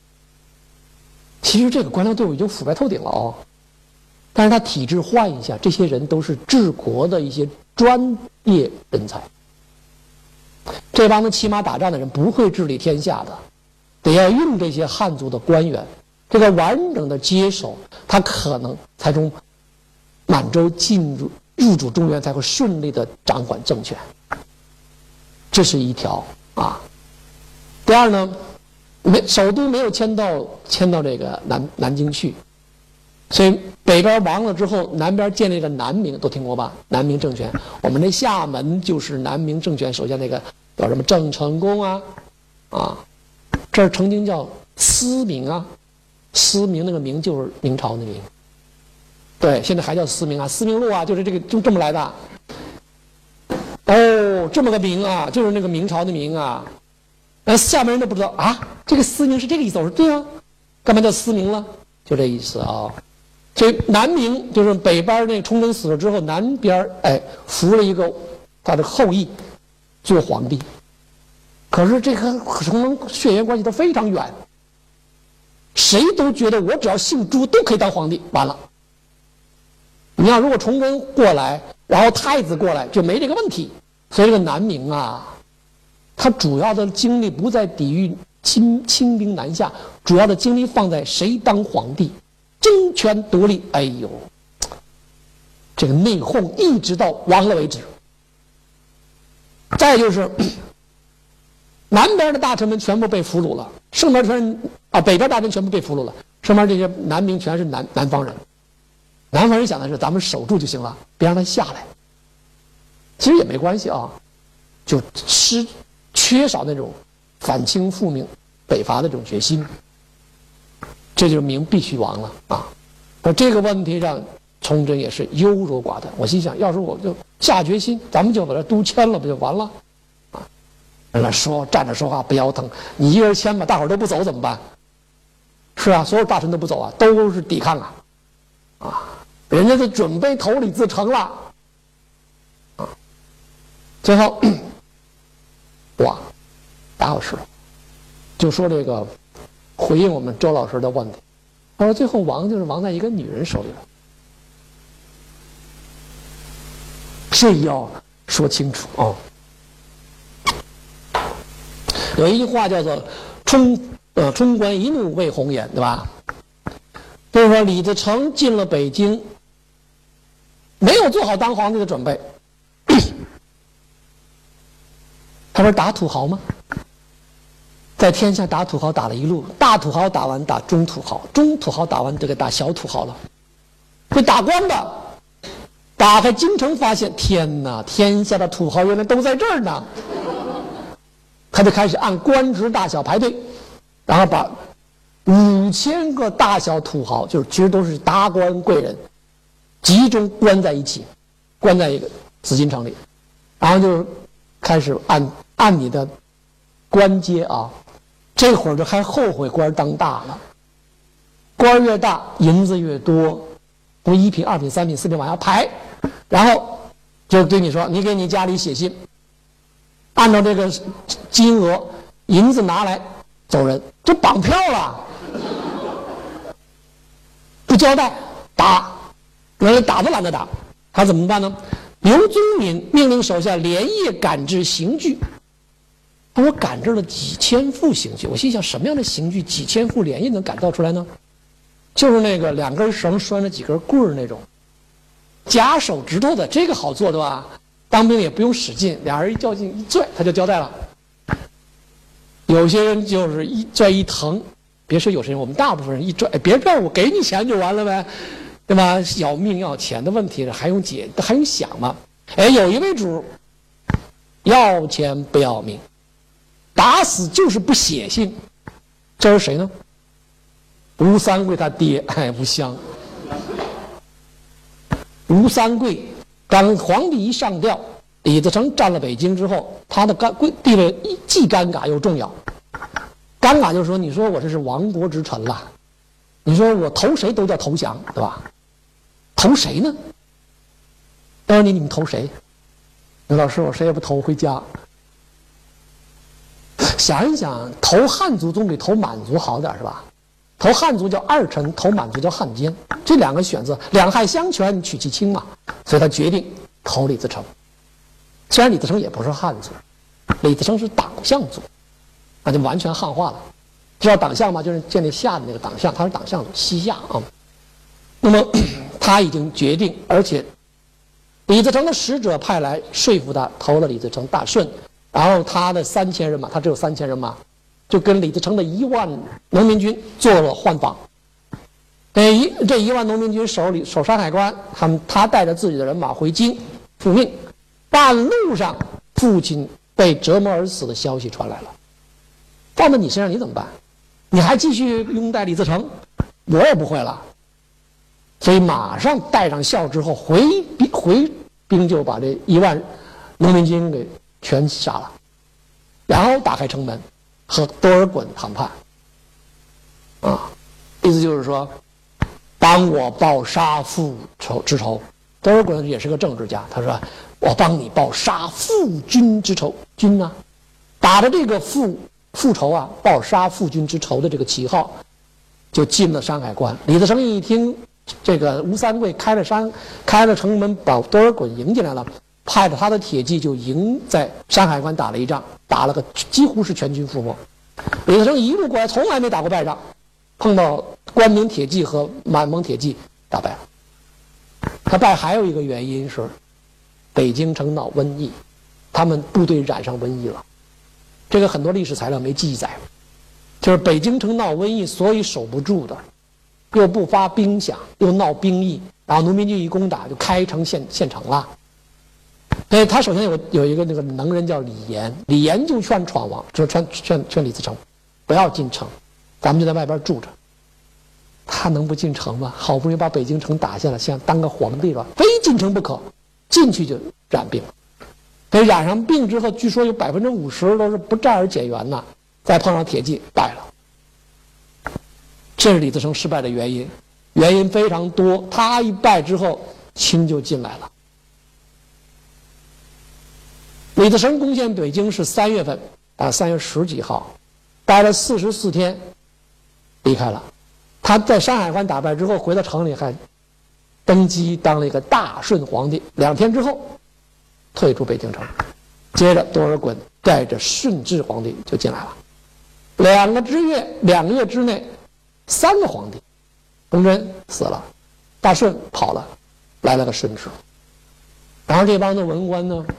其实这个官僚队伍已经腐败透顶了哦。但是他体制换一下，这些人都是治国的一些专业人才。这帮子骑马打仗的人不会治理天下的，得要用这些汉族的官员，这个完整的接手，他可能才从满洲入主中原，才会顺利的掌管政权。这是一条啊。第二呢，首都没有迁到这个南京去。所以北边亡了之后，南边建立了南明，都听过吧？南明政权，我们这厦门就是南明政权首先那个叫什么郑成功啊，这儿曾经叫思明啊，思明那个明就是明朝的明，对，现在还叫思明啊，思明路啊，就是就这么来的。哦，这么个明啊，就是那个明朝的明啊。厦门人都不知道啊，这个思明是这个意思。我说对啊，干嘛叫思明了？就这意思啊。所以南明就是北边那个崇祯死了之后，南边扶了一个他的后裔做皇帝，可是这个可能血缘关系都非常远，谁都觉得我只要姓朱都可以当皇帝。完了，你要如果崇祯过来，然后太子过来就没这个问题。所以这个南明啊，他主要的精力不在抵御清兵南下，主要的精力放在谁当皇帝。争权夺利，哎呦，这个内讧一直到亡了为止。再就是南边的大臣们全部被俘虏了，剩边北边大臣全部被俘虏了，剩边这些南明全是南方人。南方人想的是咱们守住就行了，别让他下来。其实也没关系啊，就缺少那种反清复明、北伐的这种决心。这就是明必须亡了啊！而这个问题让崇祯也是优柔寡断。我心想，要是我就下决心，咱们就把这都迁了，不就完了？啊！人家站着说话不腰疼，你一个人迁吧，大伙儿都不走怎么办？是啊，所有大臣都不走啊，都是抵抗啊！人家都准备投李自成了啊！最后，哇，打小时就说这个。回应我们周老师的问题，他说最后亡就是亡在一个女人手里了，这要说清楚哦。有一句话叫做“冲冠一怒为红颜”，对吧？就是说李自成进了北京，没有做好当皇帝的准备，他不是打土豪吗？在天下打土豪打了一路，大土豪打完打中土豪，中土豪打完这个打小土豪了，被打光的。打开京城发现，天哪，天下的土豪原来都在这儿呢。他就开始按官职大小排队，然后把5000个大小土豪，就是其实都是达官贵人，集中关在一起，关在一个紫禁城里，然后就是开始按你的官阶啊，这会儿就还后悔官当大了，官越大银子越多，从1品、2品、3品、4品往下排，然后就对你说，你给你家里写信，按照这个金额银子拿来走人，这绑票了，不交代打，有人打都懒得打，他怎么办呢？刘宗敏命令手下连夜赶制刑具。我赶制了几千副刑具，我心想什么样的刑具几千副连夜能赶造出来呢？就是那个2根绳拴着几根棍儿那种，夹手指头的，这个好做的吧？当兵也不用使劲，俩人一较劲一拽，他就交代了。有些人就是一拽一疼，别说有些人，我们大部分人一拽，别拽我给你钱就完了呗，对吧？要命要钱的问题还用想吗？哎，有一位主要钱不要命，打死就是不写信，这是谁呢？吴三桂他爹，吴襄。吴三桂当皇帝一上吊，李自成占了北京之后，他的地位既尴尬又重要。尴尬就是说，你说我这是亡国之臣了，你说我投谁都叫投降，对吧？投谁呢？当然你们投谁？刘老师，我谁也不投，回家。想一想，投汉族总比投满族好点是吧？投汉族叫二臣，投满族叫汉奸，这2个选择两害相权取其轻嘛，所以他决定投李自成。虽然李自成也不是汉族，李自成是党项族，那就完全汉化了。知道党项吗？就是建立夏的那个党项，他是党项族，西夏啊。那么他已经决定，而且李自成的使者派来说服他投了李自成大顺，然后他的3000人马，他只有3000人马，就跟李自成的1万农民军做了换防。这1万农民军守山海关，他带着自己的人马回京复命。半路上，父亲被折磨而死的消息传来了。放在你身上，你怎么办？你还继续拥戴李自成？我也不会了。所以马上带上孝之后回兵就把这1万农民军给全杀了，然后打开城门和多尔衮谈判。意思就是说，帮我报杀父之仇。多尔衮也是个政治家，他说我帮你报杀父君之仇，君啊，打着这个复仇啊，报杀父君之仇的这个旗号，就进了山海关。李自成一听这个吴三桂开了城门，把多尔衮迎进来了，派着他的铁骑就迎在山海关打了一仗，打了个几乎是全军覆没。李自成一路过来从来没打过败仗，碰到关宁铁骑和满蒙铁骑打败了。他败还有一个原因是北京城闹瘟疫，他们部队染上瘟疫了，这个很多历史材料没记载，就是北京城闹瘟疫，所以守不住的，又不发兵饷，又闹兵役，然后农民军一攻打就开城县城了。所以他首先有一个那个能人叫李严，李严就劝闯王，就劝李自成不要进城，咱们就在外边住着。他能不进城吗？好不容易把北京城打下来，像当个皇帝了，非进城不可，进去就染病了。所以染上病之后，据说有50%都是不战而减员呐，再碰上铁骑败了。这是李自成失败的原因，原因非常多。他一败之后，清就进来了。李自成攻陷北京是3月份3月10几号，待了44天，离开了。他在山海关打败之后，回到城里还登基当了一个大顺皇帝。2天之后，退出北京城。接着多尔衮带着顺治皇帝就进来了。2个月之内，3个皇帝，崇祯死了，大顺跑了，来了个顺治。然后这帮的文官呢，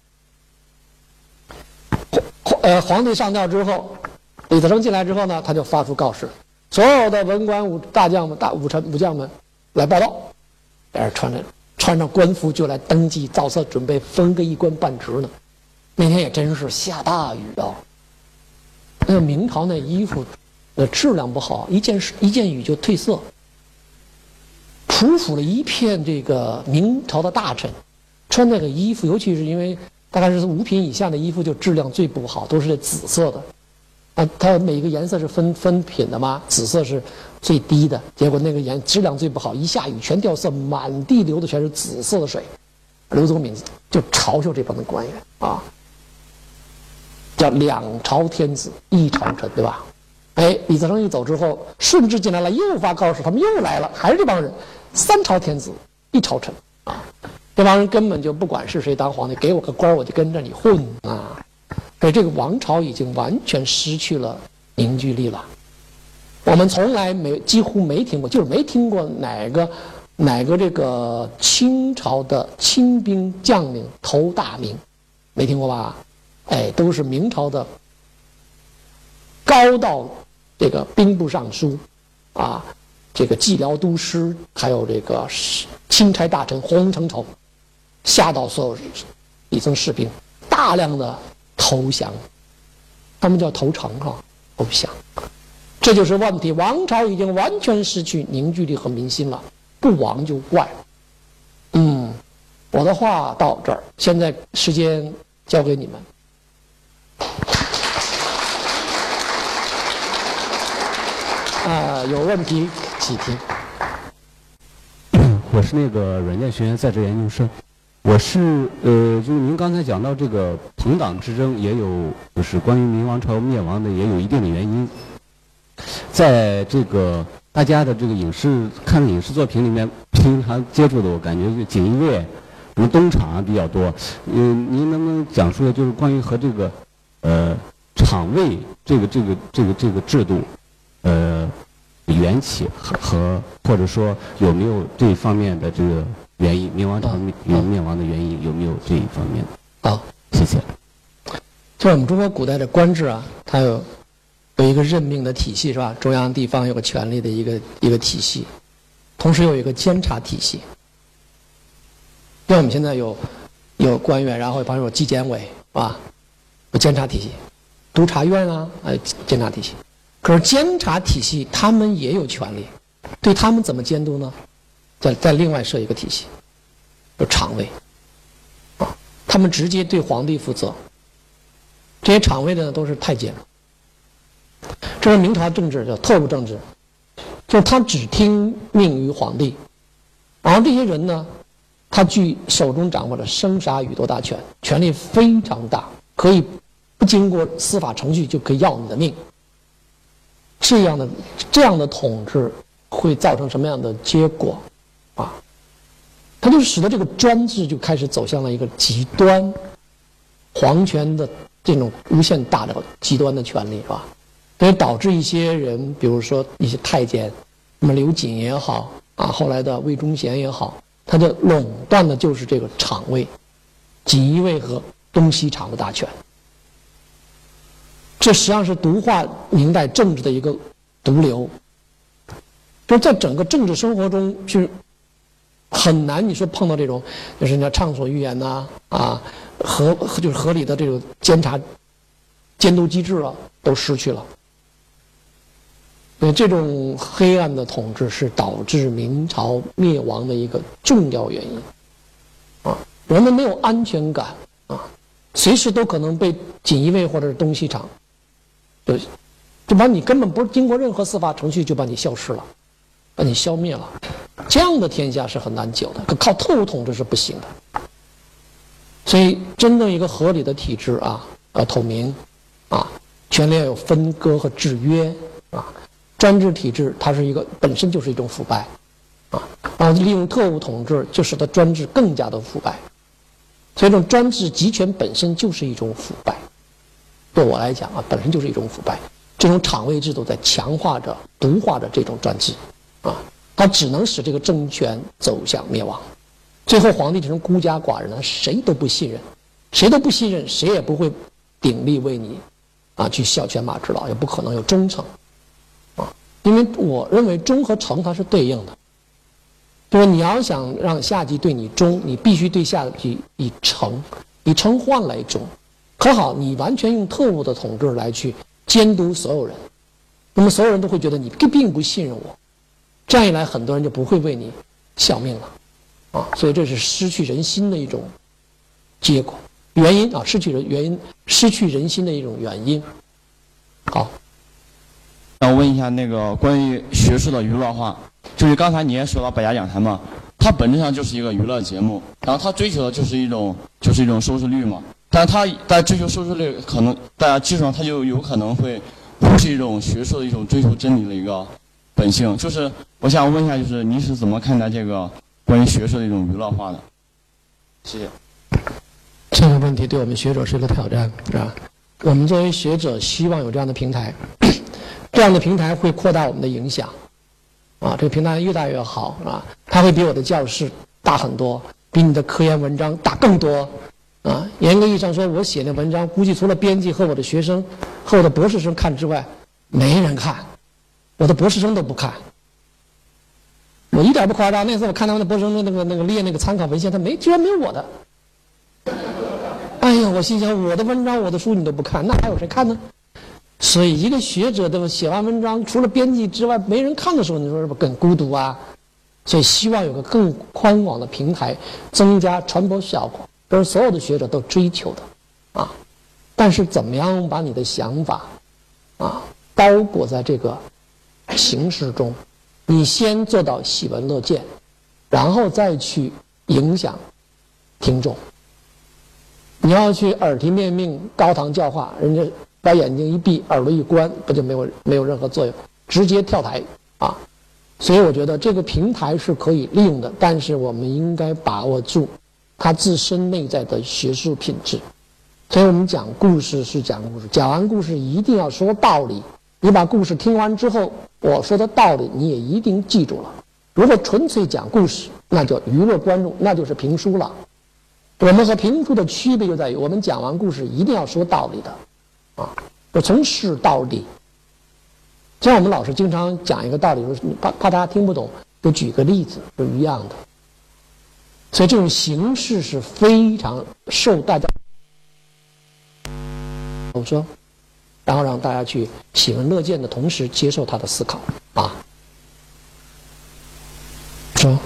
皇帝上吊之后，李自成进来之后呢，他就发出告示，所有的文官大将们、武将们来报道，在这穿上官服就来登记造册，准备封个一官半职呢。那天也真是下大雨啊！那个明朝那衣服的质量不好，一见雨就褪色。匍匐了一片这个明朝的大臣，穿那个衣服，尤其是因为大概是5品以下的衣服就质量最不好，都是紫色的。它每个颜色是分品的嘛，紫色是最低的，结果那个质量最不好，一下雨全掉色，满地流的全是紫色的水。刘宗敏就嘲笑这帮的官员啊，叫2朝天子1朝臣，对吧？哎，李自成一走之后，顺治进来了，又发告示，他们又来了，还是这帮人，3朝天子1朝臣啊，这帮人根本就不管是谁当皇帝，给我个官我就跟着你混啊。所以这个王朝已经完全失去了凝聚力了。我们从来几乎没听过，就是没听过哪个这个清朝的亲兵将领头大名，没听过吧？哎，都是明朝的高到这个兵部尚书啊，这个蓟辽都师，还有这个钦差大臣洪承畴，下到所有底层士兵，大量的投降，他们叫投诚哈，投降。这就是问题，王朝已经完全失去凝聚力和民心了，不亡就怪。我的话到这儿，现在时间交给你们。有问题请听。 我是那个软件学院在职研究生。我是就是您刚才讲到这个朋党之争，也有就是关于明王朝灭亡的也有一定的原因。在这个大家的这个看影视作品里面，平常接触的，我感觉就锦衣卫、什么东厂比较多。您能不能讲述的就是关于和这个厂卫这个制度缘起和或者说有没有这一方面的这个原因？明王朝灭亡的原因有没有这一方面？ 好， 谢谢。 就我们中国古代的官制啊，它有一个任命的体系，是吧？中央地方有个权力的一个体系，同时有一个监察体系。像我们现在有官员，然后比如说有纪检委啊，有监察体系，督察院啊，监察体系。可是监察体系他们也有权利，对他们怎么监督呢？再另外设一个体系，有厂卫啊，他们直接对皇帝负责。这些厂卫的呢都是太监。这是明朝政治叫特务政治，就是他只听命于皇帝，然后这些人呢，他手中掌握着生杀予夺大权，权力非常大，可以不经过司法程序就可以要你的命。这样的统治会造成什么样的结果啊？它就使得这个专制就开始走向了一个极端，皇权的这种无限大的极端的权利，是吧？所以导致一些人，比如说一些太监，那么刘瑾也好啊，后来的魏忠贤也好，他就垄断的就是这个厂卫、锦衣卫和东西厂的大权。这实际上是毒化明代政治的一个毒瘤，就是在整个政治生活中是很难，你说碰到这种就是人家畅所欲言呐就是合理的这种监督机制都失去了。所以这种黑暗的统治是导致明朝灭亡的一个重要原因啊！人们没有安全感啊，随时都可能被锦衣卫或者是东西厂就把你根本不是经过任何司法程序就把你消失了，把你消灭了。这样的天下是很难久的，可靠特务统治是不行的。所以真正一个合理的体制啊，要透明啊，权力要有分割和制约啊。专制体制它是本身就是一种腐败啊，利用特务统治就使得专制更加的腐败。所以这种专制集权本身就是一种腐败，对我来讲本身就是一种腐败。这种厂卫制度在强化着、毒化着这种专制啊，它只能使这个政权走向灭亡。最后皇帝变成孤家寡人了，谁都不信任，谁也不会鼎力为你去效犬马之劳，也不可能有忠诚啊。因为我认为忠和诚它是对应的，就是你要想让下级对你忠，你必须对下级以诚换来忠。可好，你完全用特务的统治来去监督所有人，那么所有人都会觉得你并不信任我，这样一来，很多人就不会为你效命了，所以这是失去人心的一种结果。 原因啊，失去人心的一种原因。好， 那我问一下，那个关于学术的娱乐化，就是刚才你也说到百家讲坛嘛，它本质上就是一个娱乐节目，然后它追求的就是一种收视率嘛，但是它在追求收视率，可能在技术上它就有可能会忽视一种学术的一种追求真理的一个本性。就是我想问一下，就是您是怎么看待这个关于学术的一种娱乐化的？谢谢。 这个问题对我们学者是一个挑战，是吧？我们作为学者，希望有这样的平台，这样的平台会扩大我们的影响，啊，这个平台越大越好，啊，它会比我的教室大很多，比你的科研文章大更多，啊，严格意义上说，我写的文章估计除了编辑和我的学生和我的博士生看之外，没人看，我的博士生都不看。我一点不夸张，那次我看他们的博士生那个列那个参考文献，他居然没有我的。哎呀，我心想，我的文章、我的书你都不看，那还有谁看呢？所以，一个学者的写完文章，除了编辑之外，没人看的时候，你说是不是更孤独啊？所以，希望有个更宽广的平台，增加传播效果，这是所有的学者都追求的，啊。但是，怎么样把你的想法，啊，包裹在这个形式中？你先做到喜闻乐见，然后再去影响听众。你要去耳提面命、高堂教化，人家把眼睛一闭，耳朵一关，不就没有任何作用，直接跳台啊！所以我觉得这个平台是可以利用的，但是我们应该把握住它自身内在的学术品质。所以我们讲故事是讲故事，讲完故事一定要说道理。你把故事听完之后，我说的道理你也一定记住了。如果纯粹讲故事，那就娱乐观众，那就是评书了。我们和评书的区别就在于，我们讲完故事一定要说道理的，啊，就从事到理。像我们老师经常讲一个道理，怕大家听不懂，就举个例子，是一样的。所以这种形式是非常受大家口说，然后让大家去喜闻乐见的同时接受他的思考啊。说。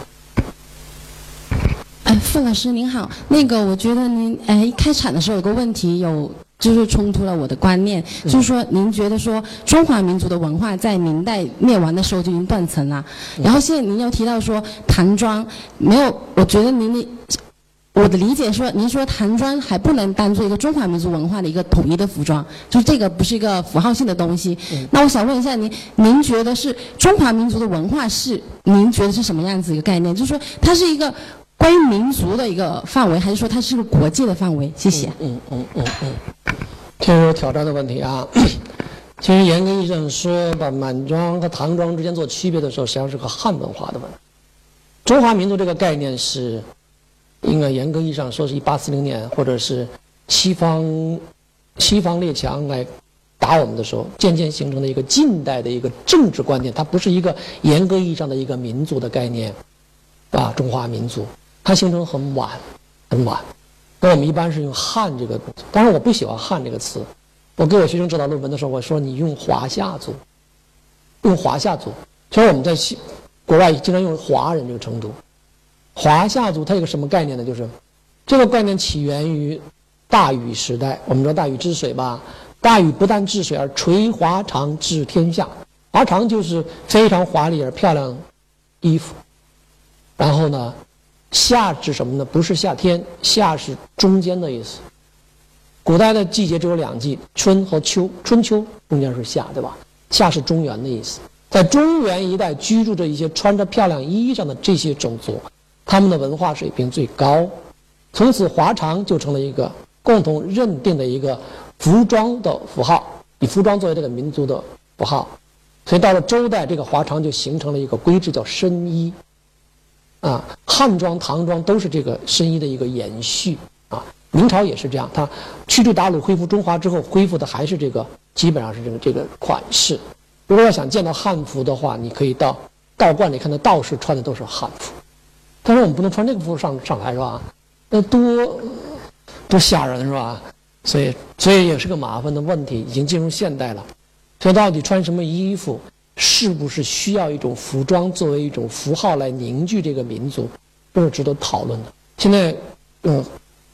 傅老师您好，我觉得您一开场的时候有个问题就是冲突了我的观念，就是说您觉得说中华民族的文化在明代灭亡的时候就已经断层了，然后现在您又提到说唐装没有，我觉得我的理解说您说唐装还不能当做一个中华民族文化的一个统一的服装，就是这个不是一个符号性的东西。那我想问一下您觉得是中华民族的文化您觉得是什么样子一个概念？就是说它是一个关于民族的一个范围，还是说它是个国际的范围？谢谢。 这是有挑战的问题啊。其实严格意义上说，把满装和唐装之间做区别的时候，实际上是个汉文化的问题。中华民族这个概念是，应该严格意义上说是1840年，或者是西方列强来打我们的时候，渐渐形成的一个近代的一个政治观念，它不是一个严格意义上的一个民族的概念啊，中华民族。它形成很晚，很晚。那我们一般是用汉这个，当然我不喜欢汉这个词。我给我学生指导论文的时候，我说你用华夏族，用华夏族。其实我们在国外经常用华人这个程度。华夏族它有个什么概念呢？就是这个概念起源于大禹时代。我们知道大禹治水吧？大禹不但治水，而垂华裳治天下。华裳就是非常华丽而漂亮衣服。然后呢，夏指什么呢？不是夏天，夏是中间的意思。古代的季节只有2季，春和秋，春秋中间是夏，对吧？夏是中原的意思。在中原一带居住着一些穿着漂亮衣裳的这些种族，他们的文化水平最高。从此华裳就成了一个共同认定的一个服装的符号，以服装作为这个民族的符号。所以到了周代，这个华裳就形成了一个规制，叫申衣。啊，汉装、唐装都是这个申衣的一个延续啊。明朝也是这样，它驱逐鞑虏、恢复中华之后，恢复的还是这个，基本上是这个款式。如果要想见到汉服的话，你可以到道观里看到道士穿的都是汉服，但是我们不能穿这个服上台是吧？那多吓人是吧？所以也是个麻烦的问题，已经进入现代了。所以到底穿什么衣服？是不是需要一种服装作为一种符号来凝聚这个民族，这是值得讨论的。现在，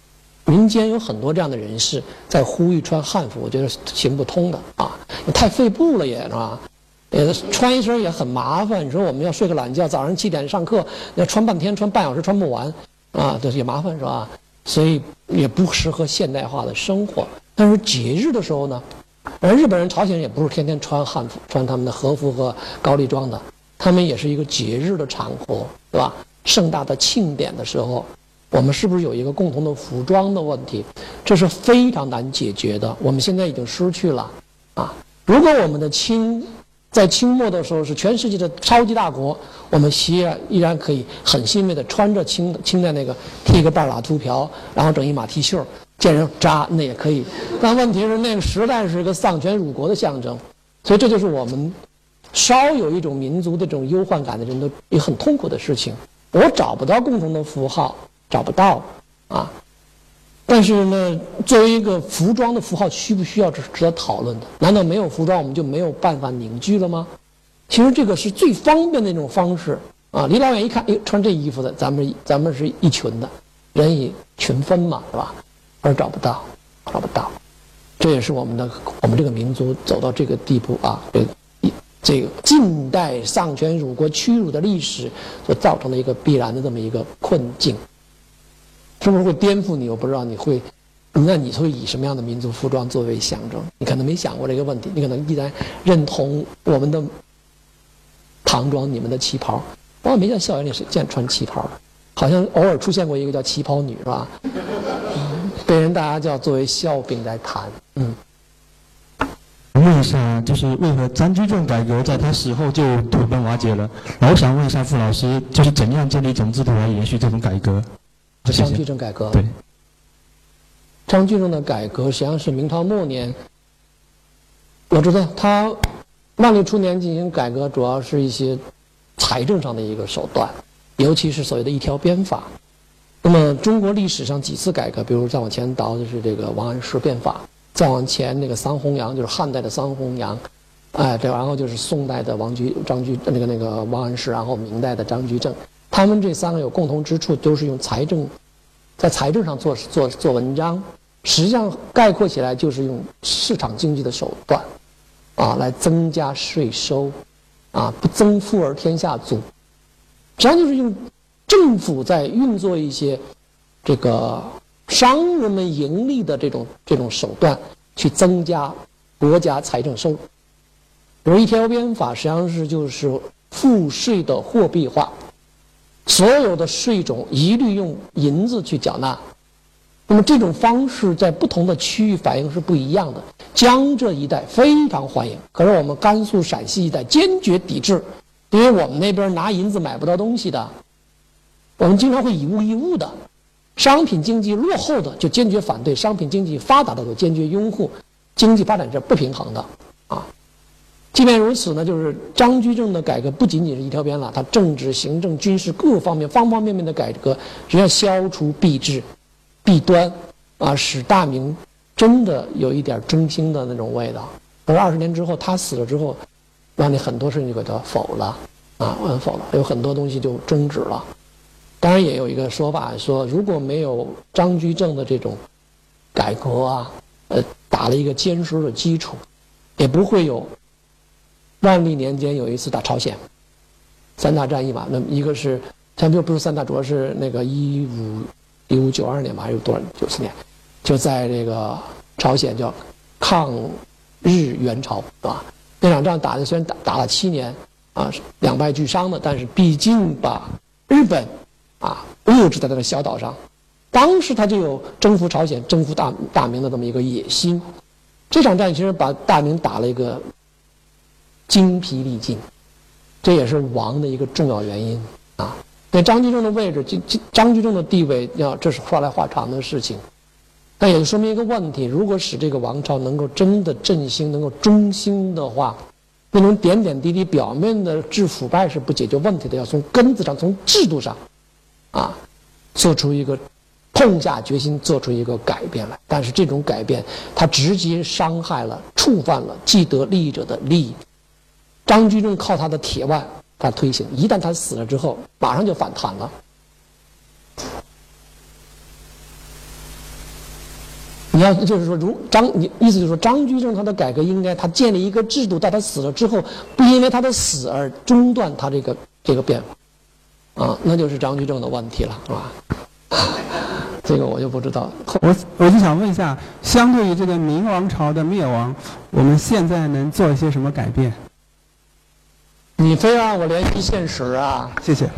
民间有很多这样的人士在呼吁穿汉服，我觉得行不通的啊，太费步了也是吧？穿一身也很麻烦。你说我们要睡个懒觉，早上7点上课，要穿半天，穿半小时穿不完啊，这也麻烦是吧？所以也不适合现代化的生活。但是节日的时候呢，日本人、朝鲜人也不是天天穿汉服、穿他们的和服和高丽装的，他们也是一个节日的场合，对吧？盛大的庆典的时候，我们是不是有一个共同的服装的问题？这是非常难解决的。我们现在已经失去了啊！如果我们的在清末的时候是全世界的超级大国，我们依然可以很欣慰的穿着清代那个剃个半拉秃瓢，然后整一马蹄袖，见人扎那也可以。但问题是那个时代是一个丧权辱国的象征，所以这就是我们稍有一种民族的这种忧患感的人都也很痛苦的事情。我找不到共同的符号，找不到啊。但是呢，作为一个服装的符号，需不需要这是值得讨论的。难道没有服装我们就没有办法凝聚了吗？其实这个是最方便的一种方式啊。离老远一看，穿这衣服的，咱们是一群的，人以群分嘛，是吧？而找不到。这也是我们这个民族走到这个地步啊，这个近代丧权辱国、屈辱的历史所造成的一个必然的这么一个困境。是不是会颠覆你？我不知道你会以什么样的民族服装作为象征？你可能没想过这个问题，你可能依然认同我们的唐装、你们的旗袍。我没在校园里谁见穿旗袍的，好像偶尔出现过一个叫旗袍女，是吧？被大家叫作为笑柄来谈。 问一下，就是为何张居正改革在他死后就土崩瓦解了？然后想问一下傅老师，就是怎样建立一种制度来延续这种改革？ 张居正改革， 对， 张居正的改革实际上是明朝末年。我知道他万历初年进行改革，主要是一些财政上的一个手段，尤其是所谓的一条鞭法。那么中国历史上几次改革，比如再往前倒就是这个王安石变法，再往前那个桑弘羊就是汉代的桑弘羊，然后就是宋代的王安石，然后明代的张居正。他们这三个有共同之处，都是用在财政上做文章。实际上概括起来就是用市场经济的手段，来增加税收，不增富而天下足。实际上就是用政府在运作一些这个商人们盈利的这种手段，去增加国家财政收入。比如一条鞭法，实际上就是赋税的货币化。所有的税种一律用银子去缴纳，那么这种方式在不同的区域反应是不一样的。江浙一带非常欢迎，可是我们甘肃、陕西一带坚决抵制，因为我们那边拿银子买不到东西的，我们经常会以物易物的。商品经济落后的就坚决反对，商品经济发达的就坚决拥护，经济发展是不平衡的啊。即便如此呢，就是张居正的改革不仅仅是一条鞭了，他政治、行政、军事各方面方方面面的改革，实际上消除弊治、弊端，使大明真的有一点中兴的那种味道。而20年之后，他死了之后，让你很多事情就给他否了，否了，有很多东西就终止了。当然也有一个说法说，如果没有张居正的这种改革打了一个坚实的基础，也不会有万历年间有一次打朝鲜3大战役嘛。那么一个是咱们不是3大，主要是那个1592年吧，还是多少94年，就在这个朝鲜叫抗日援朝，是吧？那场仗打的虽然打了7年两败俱伤的，但是毕竟把日本遏制在那个小岛上。当时他就有征服朝鲜、征服大明的这么一个野心。这场战役其实把大明打了一个精疲力尽，这也是亡的一个重要原因啊。那张居正的位置，张居正的地位，这是说来话长的事情。但也就说明一个问题：如果使这个王朝能够真的振兴、能够中兴的话，那种点点滴滴、表面的治腐败是不解决问题的，要从根子上、从制度上，做出一个痛下决心，做出一个改变来。但是这种改变，它直接伤害了、触犯了既得利益者的利益。张居正靠他的铁腕，他推行，一旦他死了之后，马上就反弹了。 你要就是说，你意思就是说，张居正他的改革应该他建立一个制度，到他死了之后，不因为他的死而中断他这个变化，那就是张居正的问题了，是吧？这个我就不知道。 我就想问一下，相对于这个明王朝的灭亡，我们现在能做一些什么改变？ 你非让我联系现实啊？ 谢谢。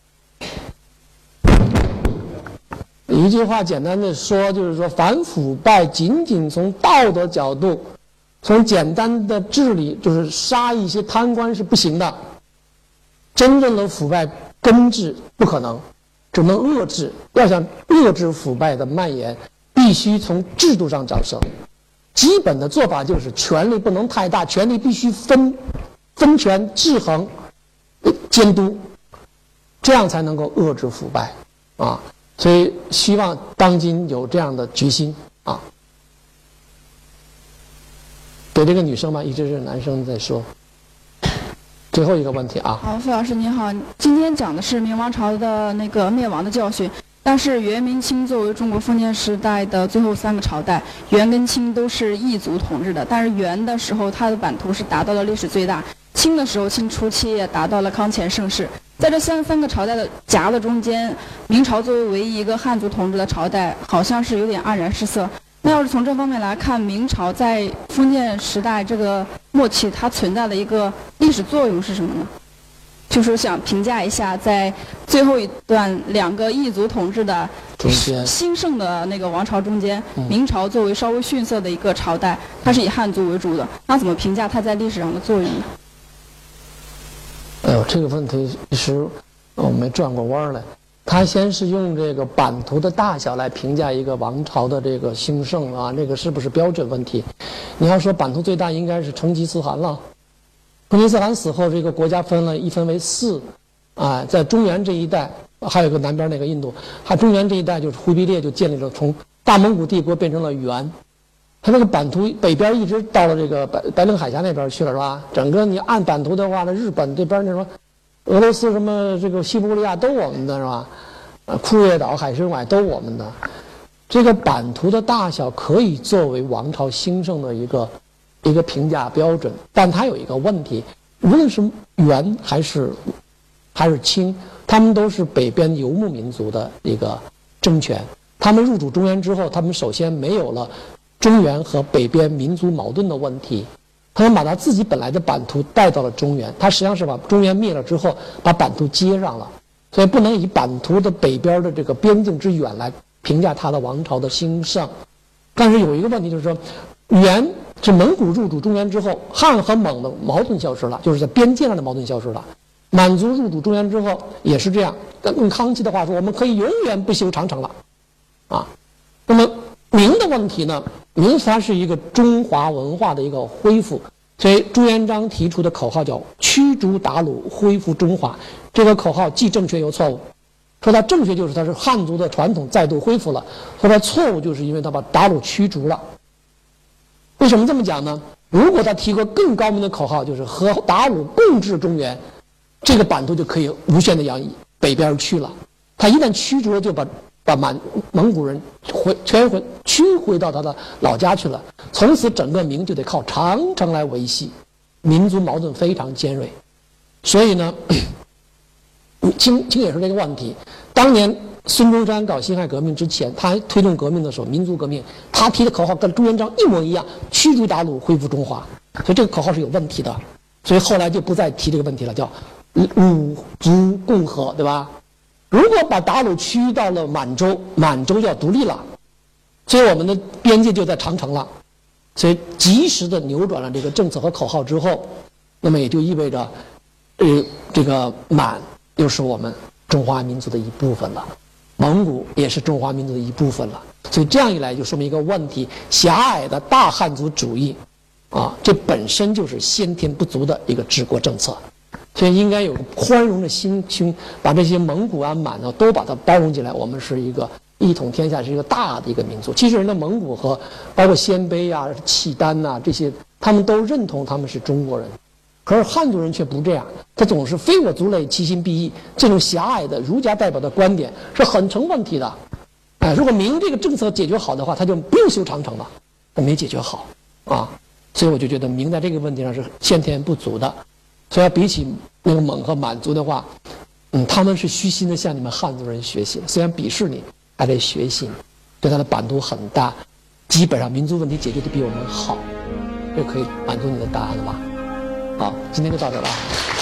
一句话简单的说，就是说反腐败仅仅从道德角度，从简单的治理，就是杀一些贪官是不行的。真正的腐败根治不可能，只能遏制。要想遏制腐败的蔓延，必须从制度上着手。基本的做法就是权力不能太大，权力必须分权制衡、监督，这样才能够遏制腐败啊。所以希望当今有这样的决心啊。给这个女生吧，一直是男生在说。最后一个问题啊。 好，傅老师您好，今天讲的是明王朝的那个灭亡的教训。但是元、明、清作为中国封建时代的最后3个朝代，元跟清都是异族统治的。但是元的时候，它的版图是达到了历史最大；清的时候，清初期也达到了康乾盛世。在这三个朝代的夹的中间，明朝作为唯一一个汉族统治的朝代，好像是有点黯然失色。那要是从这方面来看，明朝在封建时代这个末期，它存在的一个历史作用是什么呢？就是想评价一下，在最后一段2个异族统治的兴盛的那个王朝中间，明朝作为稍微逊色的一个朝代，它是以汉族为主的，那怎么评价它在历史上的作用呢？ 哎呦，这个问题其实我没转过弯来。他先是用这个版图的大小来评价一个王朝的这个兴盛啊，这个是不是标准问题？你要说版图最大，应该是成吉思汗了。成吉思汗死后，这个国家分为4，啊，在中原这一带，还有个南边那个印度，还中原这一带就是忽必烈就建立了，从大蒙古帝国变成了元。他那个版图北边一直到了这个白令海峡那边去了，是吧？整个你按版图的话，那日本这边那什么，俄罗斯什么这个西伯利亚都我们的，是吧？库页岛、海参崴都我们的。这个版图的大小可以作为王朝兴盛的一个评价标准，但它有一个问题，无论是元还是清，他们都是北边游牧民族的一个政权。他们入主中原之后，他们首先没有了中原和北边民族矛盾的问题，他们把他自己本来的版图带到了中原，他实际上是把中原灭了之后，把版图接上了，所以不能以版图的北边的这个边境之远来评价他的王朝的兴盛。但是有一个问题就是说，元是蒙古入主中原之后，汉和蒙的矛盾消失了，就是在边界上的矛盾消失了。满族入主中原之后也是这样，用康熙的话说，我们可以永远不修长城了，啊。那么明的问题呢？明它是一个中华文化的一个恢复，所以朱元璋提出的口号叫驱逐鞑虏，恢复中华。这个口号既正确又错误。说它正确就是它是汉族的传统再度恢复了，说它错误就是因为它把鞑虏驱逐了。为什么这么讲呢？如果他提过更高明的口号，就是和鞑虏共治中原，这个版图就可以无限的往北边去了。他一旦驱逐了，就把蒙古人全驱回到他的老家去了。从此整个明就得靠长城来维系，民族矛盾非常尖锐。所以呢，清也是这个问题。当年孙中山搞辛亥革命之前，他推动革命的时候，民族革命，他提的口号跟朱元璋一模一样，驱逐鞑虏，恢复中华。所以这个口号是有问题的，所以后来就不再提这个问题了，叫五族共和，对吧？如果把鞑虏驱到了满洲，满洲就要独立了，所以我们的边界就在长城了。所以及时的扭转了这个政策和口号之后，那么也就意味着，这个满又是我们中华民族的一部分了，蒙古也是中华民族的一部分了。所以这样一来，就说明一个问题：狭隘的大汉族主义，啊，这本身就是先天不足的一个治国政策。所以应该有个宽容的心胸，把这些蒙古啊、满啊都把它包容进来。我们是一个一统天下，是一个大的一个民族。其实人的蒙古和包括鲜卑啊、契丹呐、这些，他们都认同他们是中国人。可是汉族人却不这样，他总是非我族类，其心必异。这种狭隘的儒家代表的观点是很成问题的。 如果明这个政策解决好的话，他就不用修长城了，但没解决好啊，所以我就觉得明在这个问题上是先天不足的。所以比起那个蒙和满族的话，他们是虚心的向你们汉族人学习，虽然鄙视你，还得学习，对他的版图很大，基本上民族问题解决的比我们好，这可以满足你的答案了吧？好，今天就到这儿了。